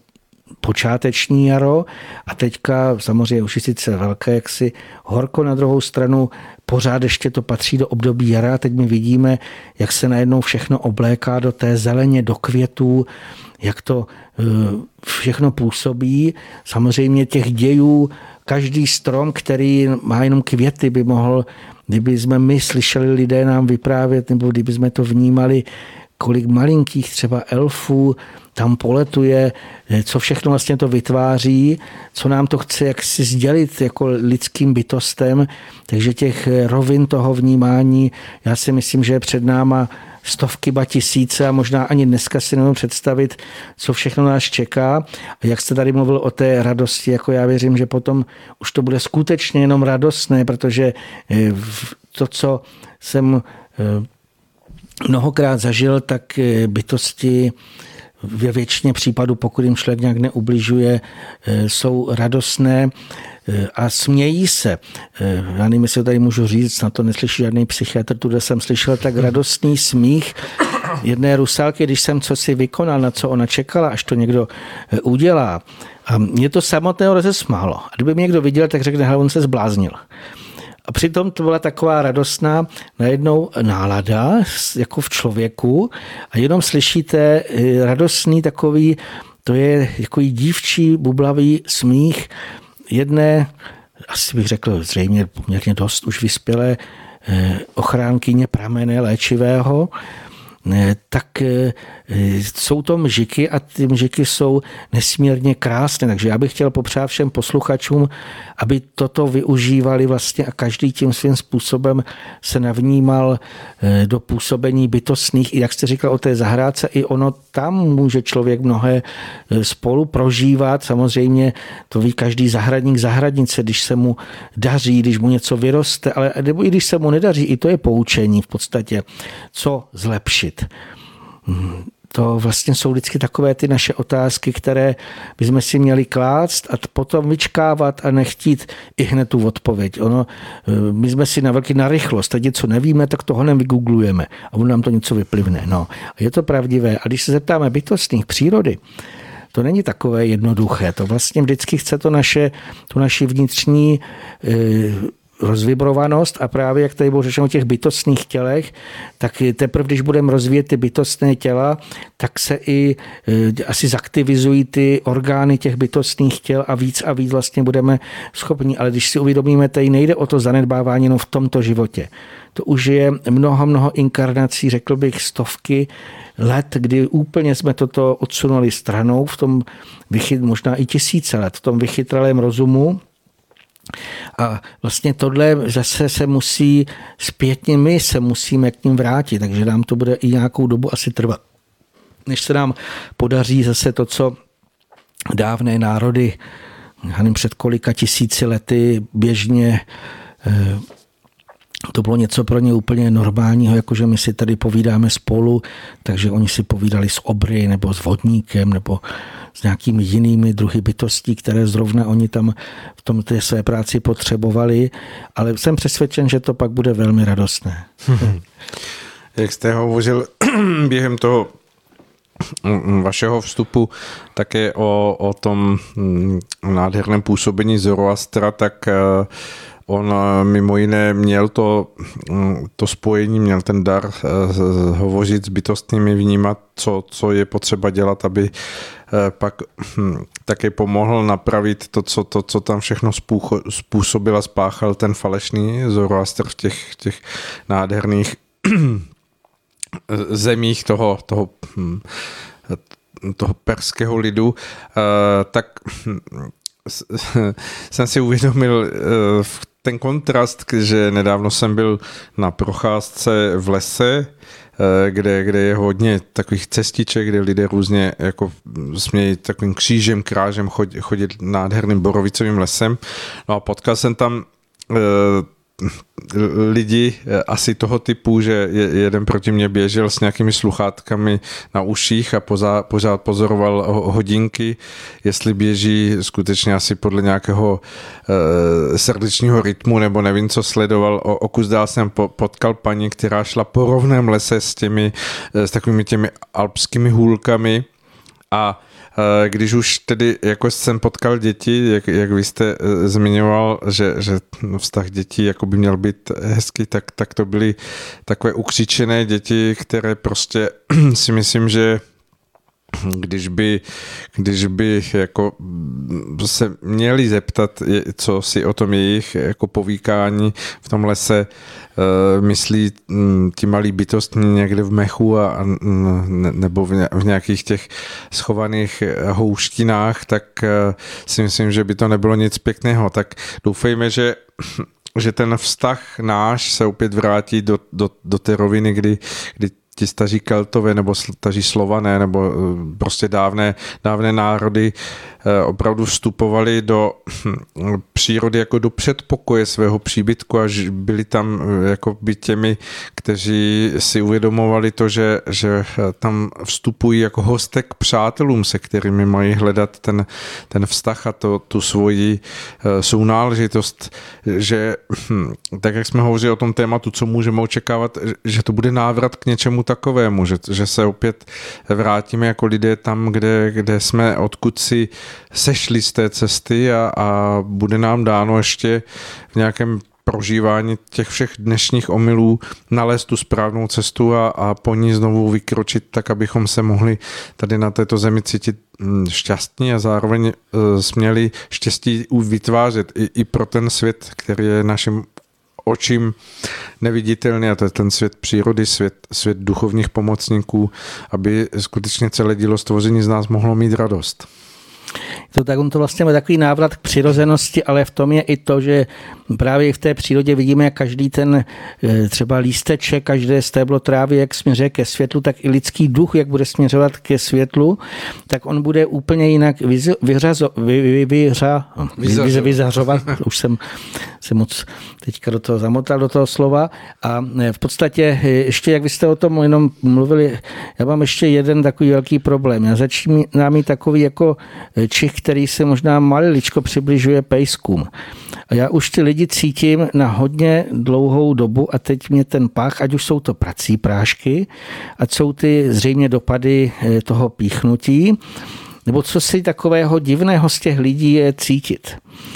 počáteční jaro a teďka samozřejmě už je sice velké jaksi horko, na druhou stranu pořád ještě to patří do období jara a teď my vidíme, jak se najednou všechno obléká do té zeleně, do květů, jak to všechno působí. Samozřejmě těch dějů, každý strom, který má jenom květy, by mohl, kdyby jsme my slyšeli lidé nám vyprávět, nebo kdyby jsme to vnímali, kolik malinkých třeba elfů tam poletuje, co všechno vlastně to vytváří, co nám to chce jak si sdělit jako lidským bytostem. Takže těch rovin toho vnímání, já si myslím, že je před náma stovky, ba tisíce a možná ani dneska si nemůžu představit, co všechno nás čeká. A jak jste tady mluvil o té radosti, jako já věřím, že potom už to bude skutečně jenom radostné, protože to, co jsem mnohokrát zažil, tak bytosti ve většině případů, pokud jim člověk nějak neubližuje, jsou radostné a smějí se. Já nevím, jestli to tady můžu říct, na to neslyší žádný psychiatr, tude jsem slyšel tak radostný smích jedné Rusálky, když jsem co si vykonal, na co ona čekala, až to někdo udělá. A mě to samotného rozesmálo. A kdyby mě někdo viděl, tak řekne, hele, on se zbláznil. A přitom to byla taková radostná najednou nálada, jako v člověku, a jenom slyšíte radostný takový, to je jako dívčí, bublavý smích jedné, asi bych řekl zřejmě poměrně dost už vyspělé ochránkyně pramene léčivého, tak jsou to mžiky a ty mžiky jsou nesmírně krásné. Takže já bych chtěl popřát všem posluchačům, aby toto využívali vlastně a každý tím svým způsobem se navnímal do působení bytostných. I jak jste říkal o té zahrádce, i ono tam může člověk mnohé spolu prožívat. Samozřejmě to ví každý zahradník, zahradnice, když se mu daří, když mu něco vyroste, ale nebo i když se mu nedaří, i to je poučení v podstatě, co zlepšit. To vlastně jsou vždycky takové ty naše otázky, které bychom si měli klást a potom vyčkávat a nechtít i hned tu odpověď. Ono, my jsme si navykli na rychlost, teď něco nevíme, tak to honem vygooglujeme a on nám to něco vyplivne. No, je to pravdivé. A když se zeptáme bytostných přírody, to není takové jednoduché. To vlastně vždycky chce to naše, tu naši vnitřní rozvibrovanost a právě, jak tady bylo řečeno o těch bytostných tělech, tak teprve, když budeme rozvíjet ty bytostné těla, tak se i e, asi zaktivizují ty orgány těch bytostných těl a víc a víc vlastně budeme schopni. Ale když si uvědomíme, tady nejde o to zanedbávání jenom v tomto životě. To už je mnoho, mnoho inkarnací, řekl bych stovky let, kdy úplně jsme toto odsunuli stranou v tom, vychyt, možná i tisíce let, v tom vychytralém rozumu. A vlastně tohle zase se musí zpětně, my se musíme k ním vrátit, takže nám to bude i nějakou dobu asi trvat, než se nám podaří zase to, co dávné národy, já nevím, před kolika tisíci lety běžně to bylo něco pro ně úplně normálního, jakože my si tady povídáme spolu, takže oni si povídali s obry nebo s vodníkem nebo s nějakými jinými druhy bytostí, které zrovna oni tam v tom té své práci potřebovali, ale jsem přesvědčen, že to pak bude velmi radostné. Jak jste hovořil během toho vašeho vstupu také o, o tom nádherném působení Zoroastra, tak on mimo jiné měl to, to spojení, měl ten dar hovořit s bytostnými, vnímat, co, co je potřeba dělat, aby pak také pomohl napravit to, co, to, co tam všechno způsobil a spáchal ten falešný Zoroastr v těch, těch nádherných zemích toho, toho, toho perského lidu. Tak jsem si uvědomil ten kontrast, že nedávno jsem byl na procházce v lese, kde, kde je hodně takových cestiček, kde lidé různě jako smějí takovým křížem, krážem chodit, chodit nádherným borovicovým lesem. No a potkal jsem tam lidi asi toho typu, že jeden proti mě běžel s nějakými sluchátkami na uších a pořád, pořád pozoroval hodinky, jestli běží skutečně asi podle nějakého e, srdečního rytmu nebo nevím, co sledoval. O, o kus dál jsem po, potkal paní, která šla po rovném lese s těmi, s takovými těmi alpskými hůlkami a když už tedy jako jsem potkal děti, jak, jak vy jste zmiňoval, že, že vztah dětí jako by měl být hezký, tak, tak to byly takové ukřičené děti, které prostě si myslím, že když by, když by jako se měli zeptat, co si o tom jejich jako povíkání v tom lese myslí ti malí bytostní někde v mechu a, nebo v nějakých těch schovaných houštinách, tak si myslím, že by to nebylo nic pěkného. Tak doufejme, že že ten vztah náš se opět vrátí do, do, do té roviny, kdy, kdy ti staří Keltové nebo staří Slované nebo prostě dávné, dávné národy opravdu vstupovali do přírody jako do předpokoje svého příbytku a byli tam jako by těmi, kteří si uvědomovali to, že, že tam vstupují jako hosté k přátelům, se kterými mají hledat ten, ten vztah a to, tu svoji sounáležitost, že tak, jak jsme hovořili o tom tématu, co můžeme očekávat, že to bude návrat k něčemu takovému, že, že se opět vrátíme jako lidé tam, kde, kde jsme, odkud si sešli z té cesty a, a bude nám dáno ještě v nějakém prožívání těch všech dnešních omylů nalézt tu správnou cestu a, a po ní znovu vykročit tak, abychom se mohli tady na této zemi cítit šťastní a zároveň e, směli štěstí vytvářet i, i pro ten svět, který je naším očím neviditelný, a to je ten svět přírody, svět, svět duchovních pomocníků, aby skutečně celé dílo stvoření z nás mohlo mít radost. To tak on to vlastně má takový návrat k přirozenosti, ale v tom je i to, že právě v té přírodě vidíme, jak každý ten třeba lísteček, každé stéblo trávy, jak směřuje ke světlu, tak i lidský duch, jak bude směřovat ke světlu, tak on bude úplně jinak vyřazo, vy, vy, vyřa, vyzařovat. vyzařovat. Už jsem se moc teďka do toho zamotal, do toho slova. A v podstatě ještě, jak vy jste o tom jenom mluvili, já mám ještě jeden takový velký problém. Já začínám mít takový jako čich, který se možná maliličko přibližuje pejskům. A já už ty lidi cítím na hodně dlouhou dobu a teď mě ten pach, ať už jsou to prací prášky, ať jsou ty zřejmě dopady toho píchnutí, nebo co si takového divného z těch lidí je cítit.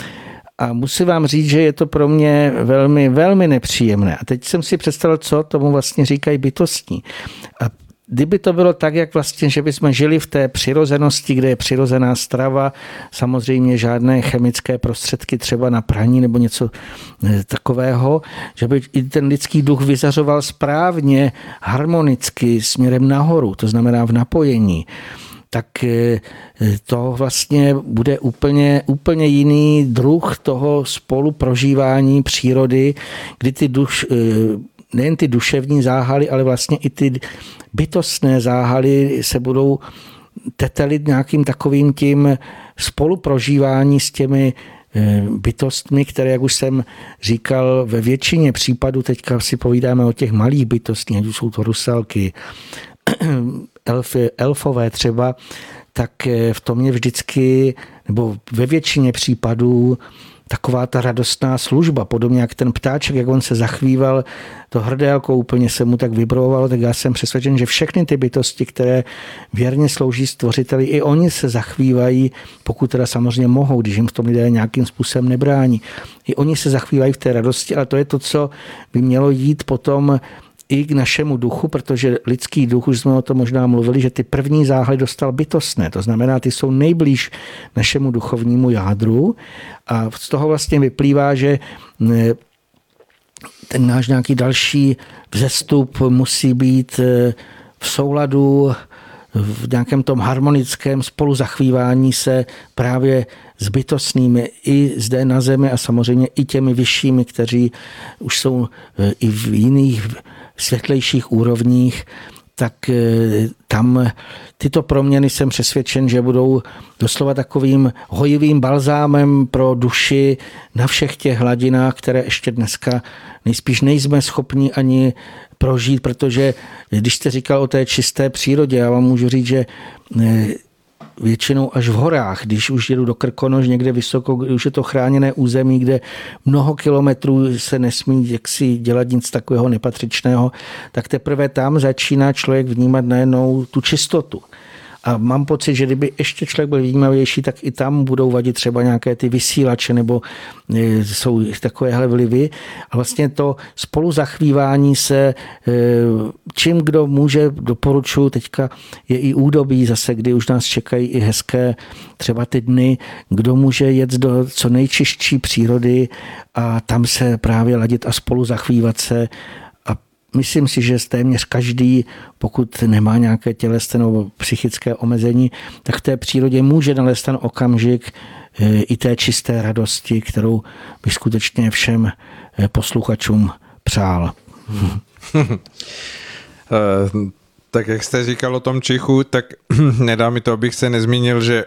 A musím vám říct, že je to pro mě velmi, velmi nepříjemné. A teď jsem si představil, co tomu vlastně říkají bytostní. A kdyby to bylo tak, jak vlastně, že bychom žili v té přirozenosti, kde je přirozená strava, samozřejmě žádné chemické prostředky třeba na praní nebo něco takového, že by i ten lidský duch vyzařoval správně, harmonicky směrem nahoru, to znamená v napojení, tak to vlastně bude úplně, úplně jiný druh toho spoluprožívání přírody, kdy ty duš, nejen ty duševní záhaly, ale vlastně i ty bytostné záhaly se budou tetelit nějakým takovým tím spoluprožívání s těmi bytostmi, které, jak už jsem říkal, ve většině případů, teďka si povídáme o těch malých bytostních, ať už jsou to rusalky, elfy, elfové třeba, tak v tom je vždycky, nebo ve většině případů taková ta radostná služba, podobně jak ten ptáček, jak on se zachvíval, to hrdélko úplně se mu tak vibrovalo, tak já jsem přesvědčen, že všechny ty bytosti, které věrně slouží stvořiteli, i oni se zachvívají, pokud teda samozřejmě mohou, když jim v tom lidé nějakým způsobem nebrání. I oni se zachvívají v té radosti, ale to je to, co by mělo jít potom i k našemu duchu, protože lidský duch, už jsme o tom možná mluvili, že ty první záhaly dostal bytostné, to znamená, ty jsou nejblíž našemu duchovnímu jádru a z toho vlastně vyplývá, že ten náš nějaký další vzestup musí být v souladu, v nějakém tom harmonickém spoluzachvívání se právě s bytostnými i zde na zemi a samozřejmě i těmi vyššími, kteří už jsou i v jiných světlejších úrovních, tak tam tyto proměny jsem přesvědčen, že budou doslova takovým hojivým balzámem pro duši na všech těch hladinách, které ještě dneska nejspíš nejsme schopni ani prožít, protože když jste říkal o té čisté přírodě, já vám můžu říct, že většinou až v horách, když už jedu do Krkonoš někde vysoko, když už je to chráněné území, kde mnoho kilometrů se nesmí jaksi dělat nic takového nepatřičného, tak teprve tam začíná člověk vnímat najednou tu čistotu. A mám pocit, že kdyby ještě člověk byl vnímavější, tak i tam budou vadit třeba nějaké ty vysílače nebo jsou takovéhle vlivy. A vlastně to spoluzachvívání se, čím kdo může, doporučuji, teďka je i údobí zase, kdy už nás čekají i hezké třeba ty dny, kdo může jet do co nejčistší přírody a tam se právě ladit a spolu zachvívat se. A myslím si, že téměř každý, pokud nemá nějaké tělesné nebo psychické omezení, tak v té přírodě může nalézt ten okamžik i té čisté radosti, kterou bych skutečně všem posluchačům přál. Tak jak jste říkal o tom čichu, tak nedá mi to, abych se nezmínil, že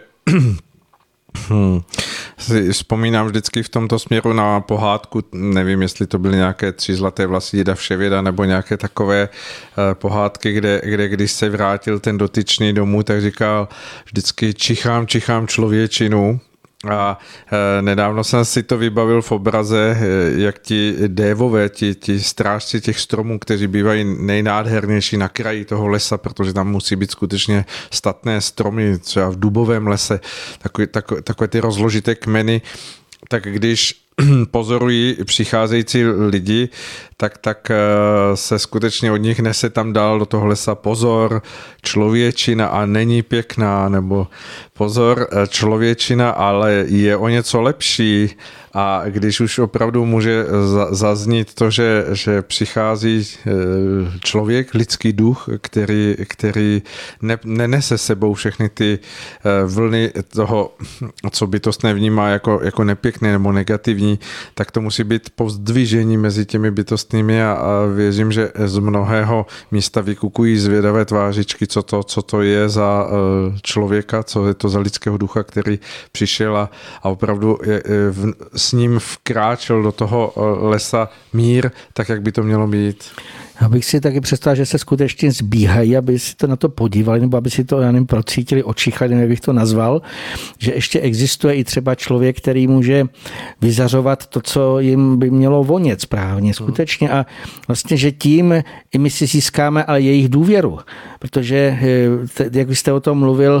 Hmm. Si vzpomínám vždycky v tomto směru na pohádku, nevím, jestli to byly nějaké Tři zlaté vlasy děda Vševěda nebo nějaké takové pohádky, kde, kde když se vrátil ten dotyčný domů, tak říkal vždycky čichám, čichám člověčinu. A nedávno jsem si to vybavil v obraze, jak ti dévové, ti, ti strážci těch stromů, kteří bývají nejnádhernější na kraji toho lesa, protože tam musí být skutečně statné stromy, třeba v dubovém lese, takové, takové, takové ty rozložité kmeny, tak když pozorují přicházející lidi, tak, tak se skutečně od nich nese tam dál do toho lesa pozor, člověčina a není pěkná, nebo pozor, člověčina, ale je o něco lepší. A když už opravdu může zaznít to, že, že přichází člověk, lidský duch, který, který ne, nenese sebou všechny ty vlny toho, co bytostné vnímá jako, jako nepěkné nebo negativní, tak to musí být povzdvižení mezi těmi bytostnými a, a věřím, že z mnohého místa vykukují zvědavé tvářičky, co to, co to je za člověka, co je to za lidského ducha, který přišel a, a opravdu je, v, s ním vkráčel do toho lesa mír, tak jak by to mělo být. Já bych si taky představil, že se skutečně zbíhají, aby si to na to podívali, nebo aby si to, já nevím, procítili, očichali, nevím, jak bych to nazval, že ještě existuje i třeba člověk, který může vyzařovat to, co jim by mělo vonět správně, skutečně. A vlastně, že tím i my si získáme ale jejich důvěru, protože, jak vy jste o tom mluvil,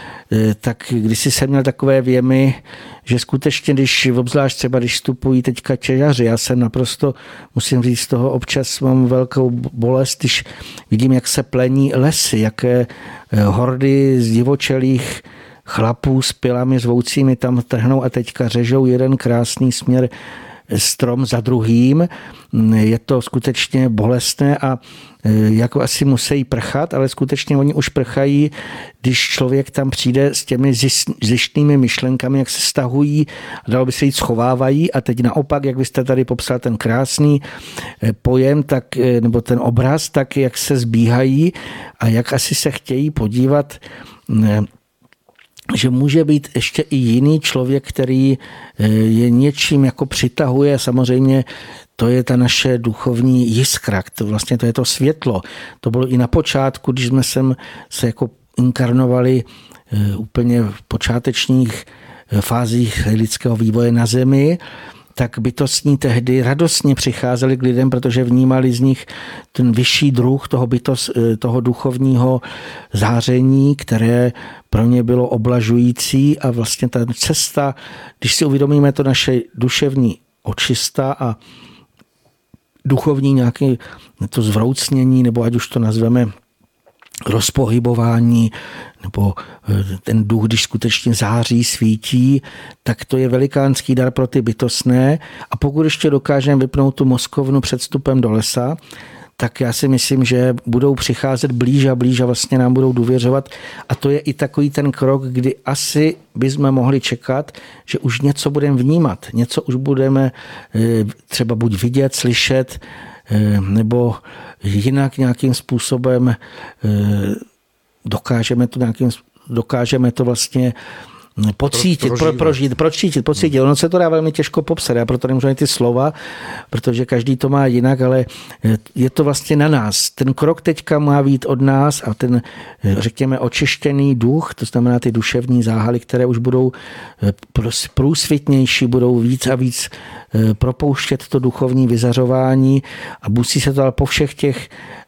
tak když jsem měl takové věmy, že skutečně, když obzvlášť třeba, když vstupují teďka těžaři, já jsem naprosto, musím říct, z toho občas mám velkou bolest, když vidím, jak se plení lesy, jaké hordy zdivočelých chlapů s pilami zvoucími tam trhnou a teďka řežou jeden krásný směr strom za druhým. Je to skutečně bolestné a jako asi musí prchat, ale skutečně oni už prchají, když člověk tam přijde s těmi zištnými myšlenkami, jak se stahují a dalo by se jít schovávají a teď naopak, jak byste tady popsal ten krásný pojem, tak, nebo ten obraz, tak jak se zbíhají a jak asi se chtějí podívat, že může být ještě i jiný člověk, který je něčím jako přitahuje. Samozřejmě to je ta naše duchovní jiskra, to vlastně to je to světlo. To bylo i na počátku, když jsme sem se jako inkarnovali úplně v počátečních fázích lidského vývoje na zemi, tak bytostní tehdy radostně přicházeli k lidem, protože vnímali z nich ten vyšší druh toho, bytost, toho duchovního záření, které pro ně bylo oblažující a vlastně ta cesta, když si uvědomíme to naše duševní očista a duchovní nějaké to zvroucnění, nebo ať už to nazveme rozpohybování, nebo ten duch, když skutečně září, svítí, tak to je velikánský dar pro ty bytostné. A pokud ještě dokážeme vypnout tu mozkovnu před vstupem do lesa, tak já si myslím, že budou přicházet blíž a blíž a vlastně nám budou důvěřovat. A to je i takový ten krok, kdy asi bychom mohli čekat, že už něco budeme vnímat, něco už budeme třeba buď vidět, slyšet, nebo jinak nějakým způsobem dokážeme to, nějakým, dokážeme to vlastně pocítit, pro, pro, prožít, procítit, pocítit. Ono se to dá velmi těžko popsat, já proto nemůžu ani ty slova, protože každý to má jinak, ale je to vlastně na nás. Ten krok teďka má být od nás a ten, řekněme, očištěný duch, to znamená ty duševní záhaly, které už budou průsvitnější, budou víc a víc propouštět to duchovní vyzařování a musí se to ale po všech těch,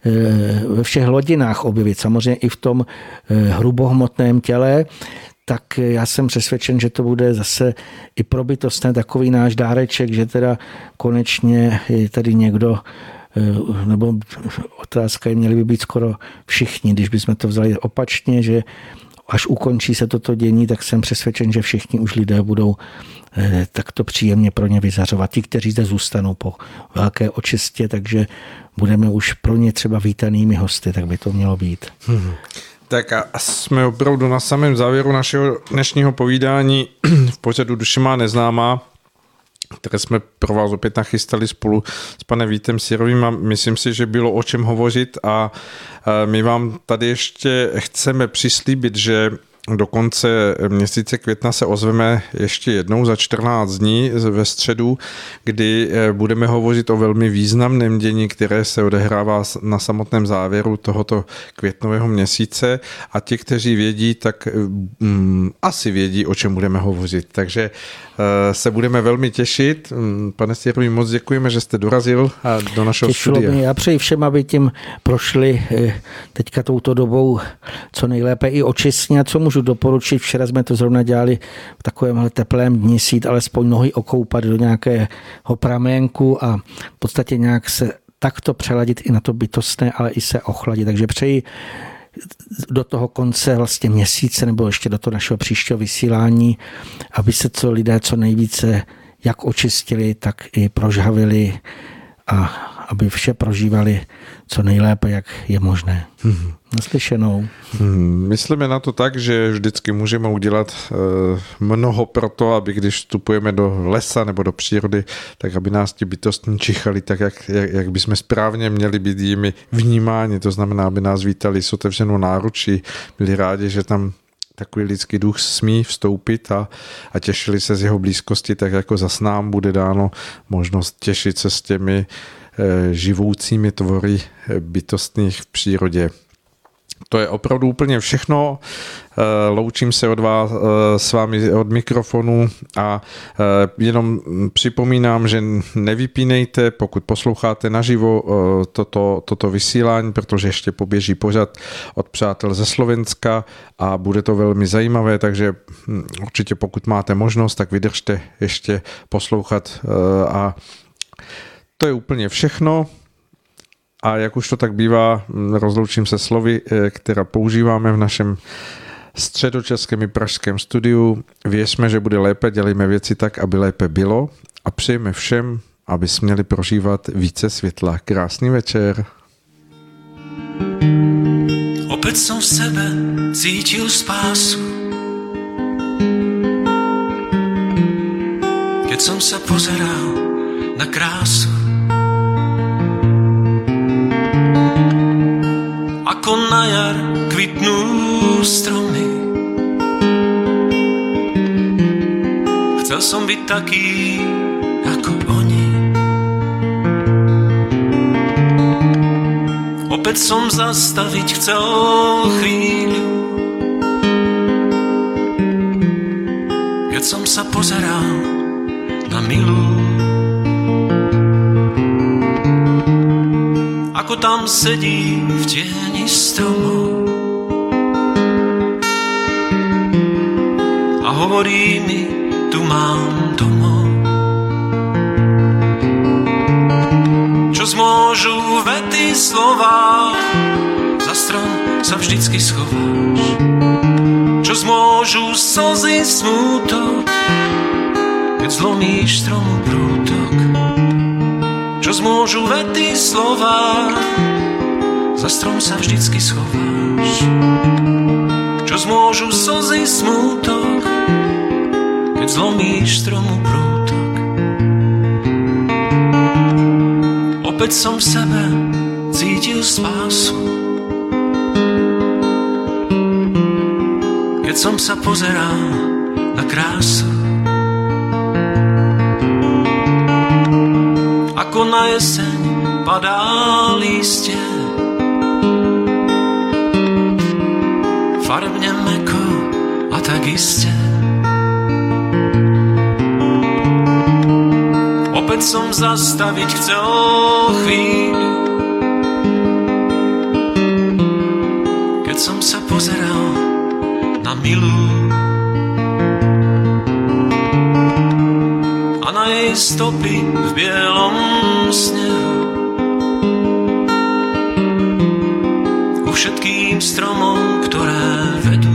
ve všech hlodinách objevit, samozřejmě i v tom hrubohmotném těle, tak já jsem přesvědčen, že to bude zase i pro bytostné takový náš dáreček, že teda konečně je tady někdo, nebo otázka je, měli by být skoro všichni, když bychom to vzali opačně, že až ukončí se toto dění, tak jsem přesvědčen, že všichni už lidé budou takto příjemně pro ně vyzařovat. Ti, kteří zde zůstanou po velké očistě, takže budeme už pro ně třeba vítanými hosty, tak by to mělo být. Hmm. Tak a jsme opravdu na samém závěru našeho dnešního povídání v pořadu Duše má neznámá, které jsme pro vás opět nachystali spolu s panem Vítem Sirovým a myslím si, že bylo o čem hovořit a my vám tady ještě chceme přislíbit, že do konce měsíce května se ozveme ještě jednou za čtrnáct dní ve středu, kdy budeme hovořit o velmi významném dění, které se odehrává na samotném závěru tohoto květnového měsíce a ti, kteří vědí, tak um, asi vědí, o čem budeme hovořit. Takže uh, se budeme velmi těšit. Pane Sirový, moc děkujeme, že jste dorazil do našeho Těšilo studia. Mě. Já přeji všem, aby tím prošli teďka touto dobou co nejlépe i očistně. Co můžu doporučit, včera jsme to zrovna dělali v takovémhle teplém dni, sít alespoň nohy okoupat do nějakého praménku a v podstatě nějak se takto přeladit i na to bytostné, ale i se ochladit. Takže přeji do toho konce vlastně měsíce nebo ještě do toho našeho příštího vysílání, aby se co lidé co nejvíce jak očistili, tak i prožhavili a aby vše prožívali co nejlépe, jak je možné. Hmm. Naslyšenou. Hmm. Myslíme na to tak, že vždycky můžeme udělat e, mnoho pro to, aby když vstupujeme do lesa nebo do přírody, tak aby nás ti bytostní čichali tak, jak, jak, jak bychom správně měli být jimi vnímáni. To znamená, aby nás vítali s otevřenou náručí, byli rádi, že tam takový lidský duch smí vstoupit a, a těšili se z jeho blízkosti, tak jako zas nám bude dáno možnost těšit se s těmi e, živoucími tvory bytostných v přírodě. To je opravdu úplně všechno. Loučím se od vás s vámi od mikrofonu a jenom připomínám, že nevypínejte, pokud posloucháte naživo toto, toto vysílání, protože ještě poběží pořad od přátel ze Slovenska a bude to velmi zajímavé, takže určitě pokud máte možnost, tak vydržte ještě poslouchat a to je úplně všechno. A jak už to tak bývá, rozloučím se slovy, která používáme v našem středočeském i pražském studiu. Věřme, že bude lépe, dělejme věci tak, aby lépe bylo a přejeme všem, aby směli prožívat více světla. Krásný večer. Opět jsem v sebe cítil spásu, keď jsem se pozeral na krásu. Ako na jar kvitnú stromy. Chcel som byť taký ako oni. Opäť som zastaviť chcel chvíľu, keď som sa pozeral na milú. Ako tam sedí v tieni stromov a hovorí mi, tu mám domov. Čo zmôžu vety slova, za strom sa vždycky schováš. Čo zmôžu slzy smútok, keď zlomíš stromu prútok. Čo zmôžu vety slova, za strom sa vždycky schováš. Čo zmôžu slzy smútok, keď zlomíš stromu prútok. Opäť som v sebe cítil spásu, keď som sa pozeral na krásu. Ako na jeseň padá lístie, farbne meko a tak iste. Opäť som zastaviť chcel chvíľu, keď som sa pozeral na milú a na jej stopy v bielom snehu. Ku všetkým stromom, ktoré vedú,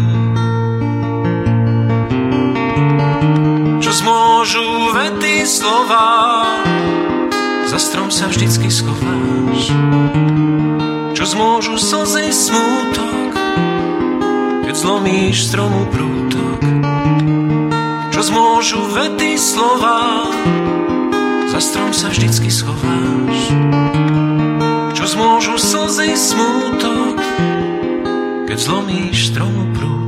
čo zmôžu vety slova, za strom sa vždycky schováš. Čo zmôžu slzy smútok, keď zlomíš stromu prútok. Čo zmôžu vety slova, za strom sa vždycky schováš. Čo zmôžu slzy smútok, keď zlomíš stromu prútok.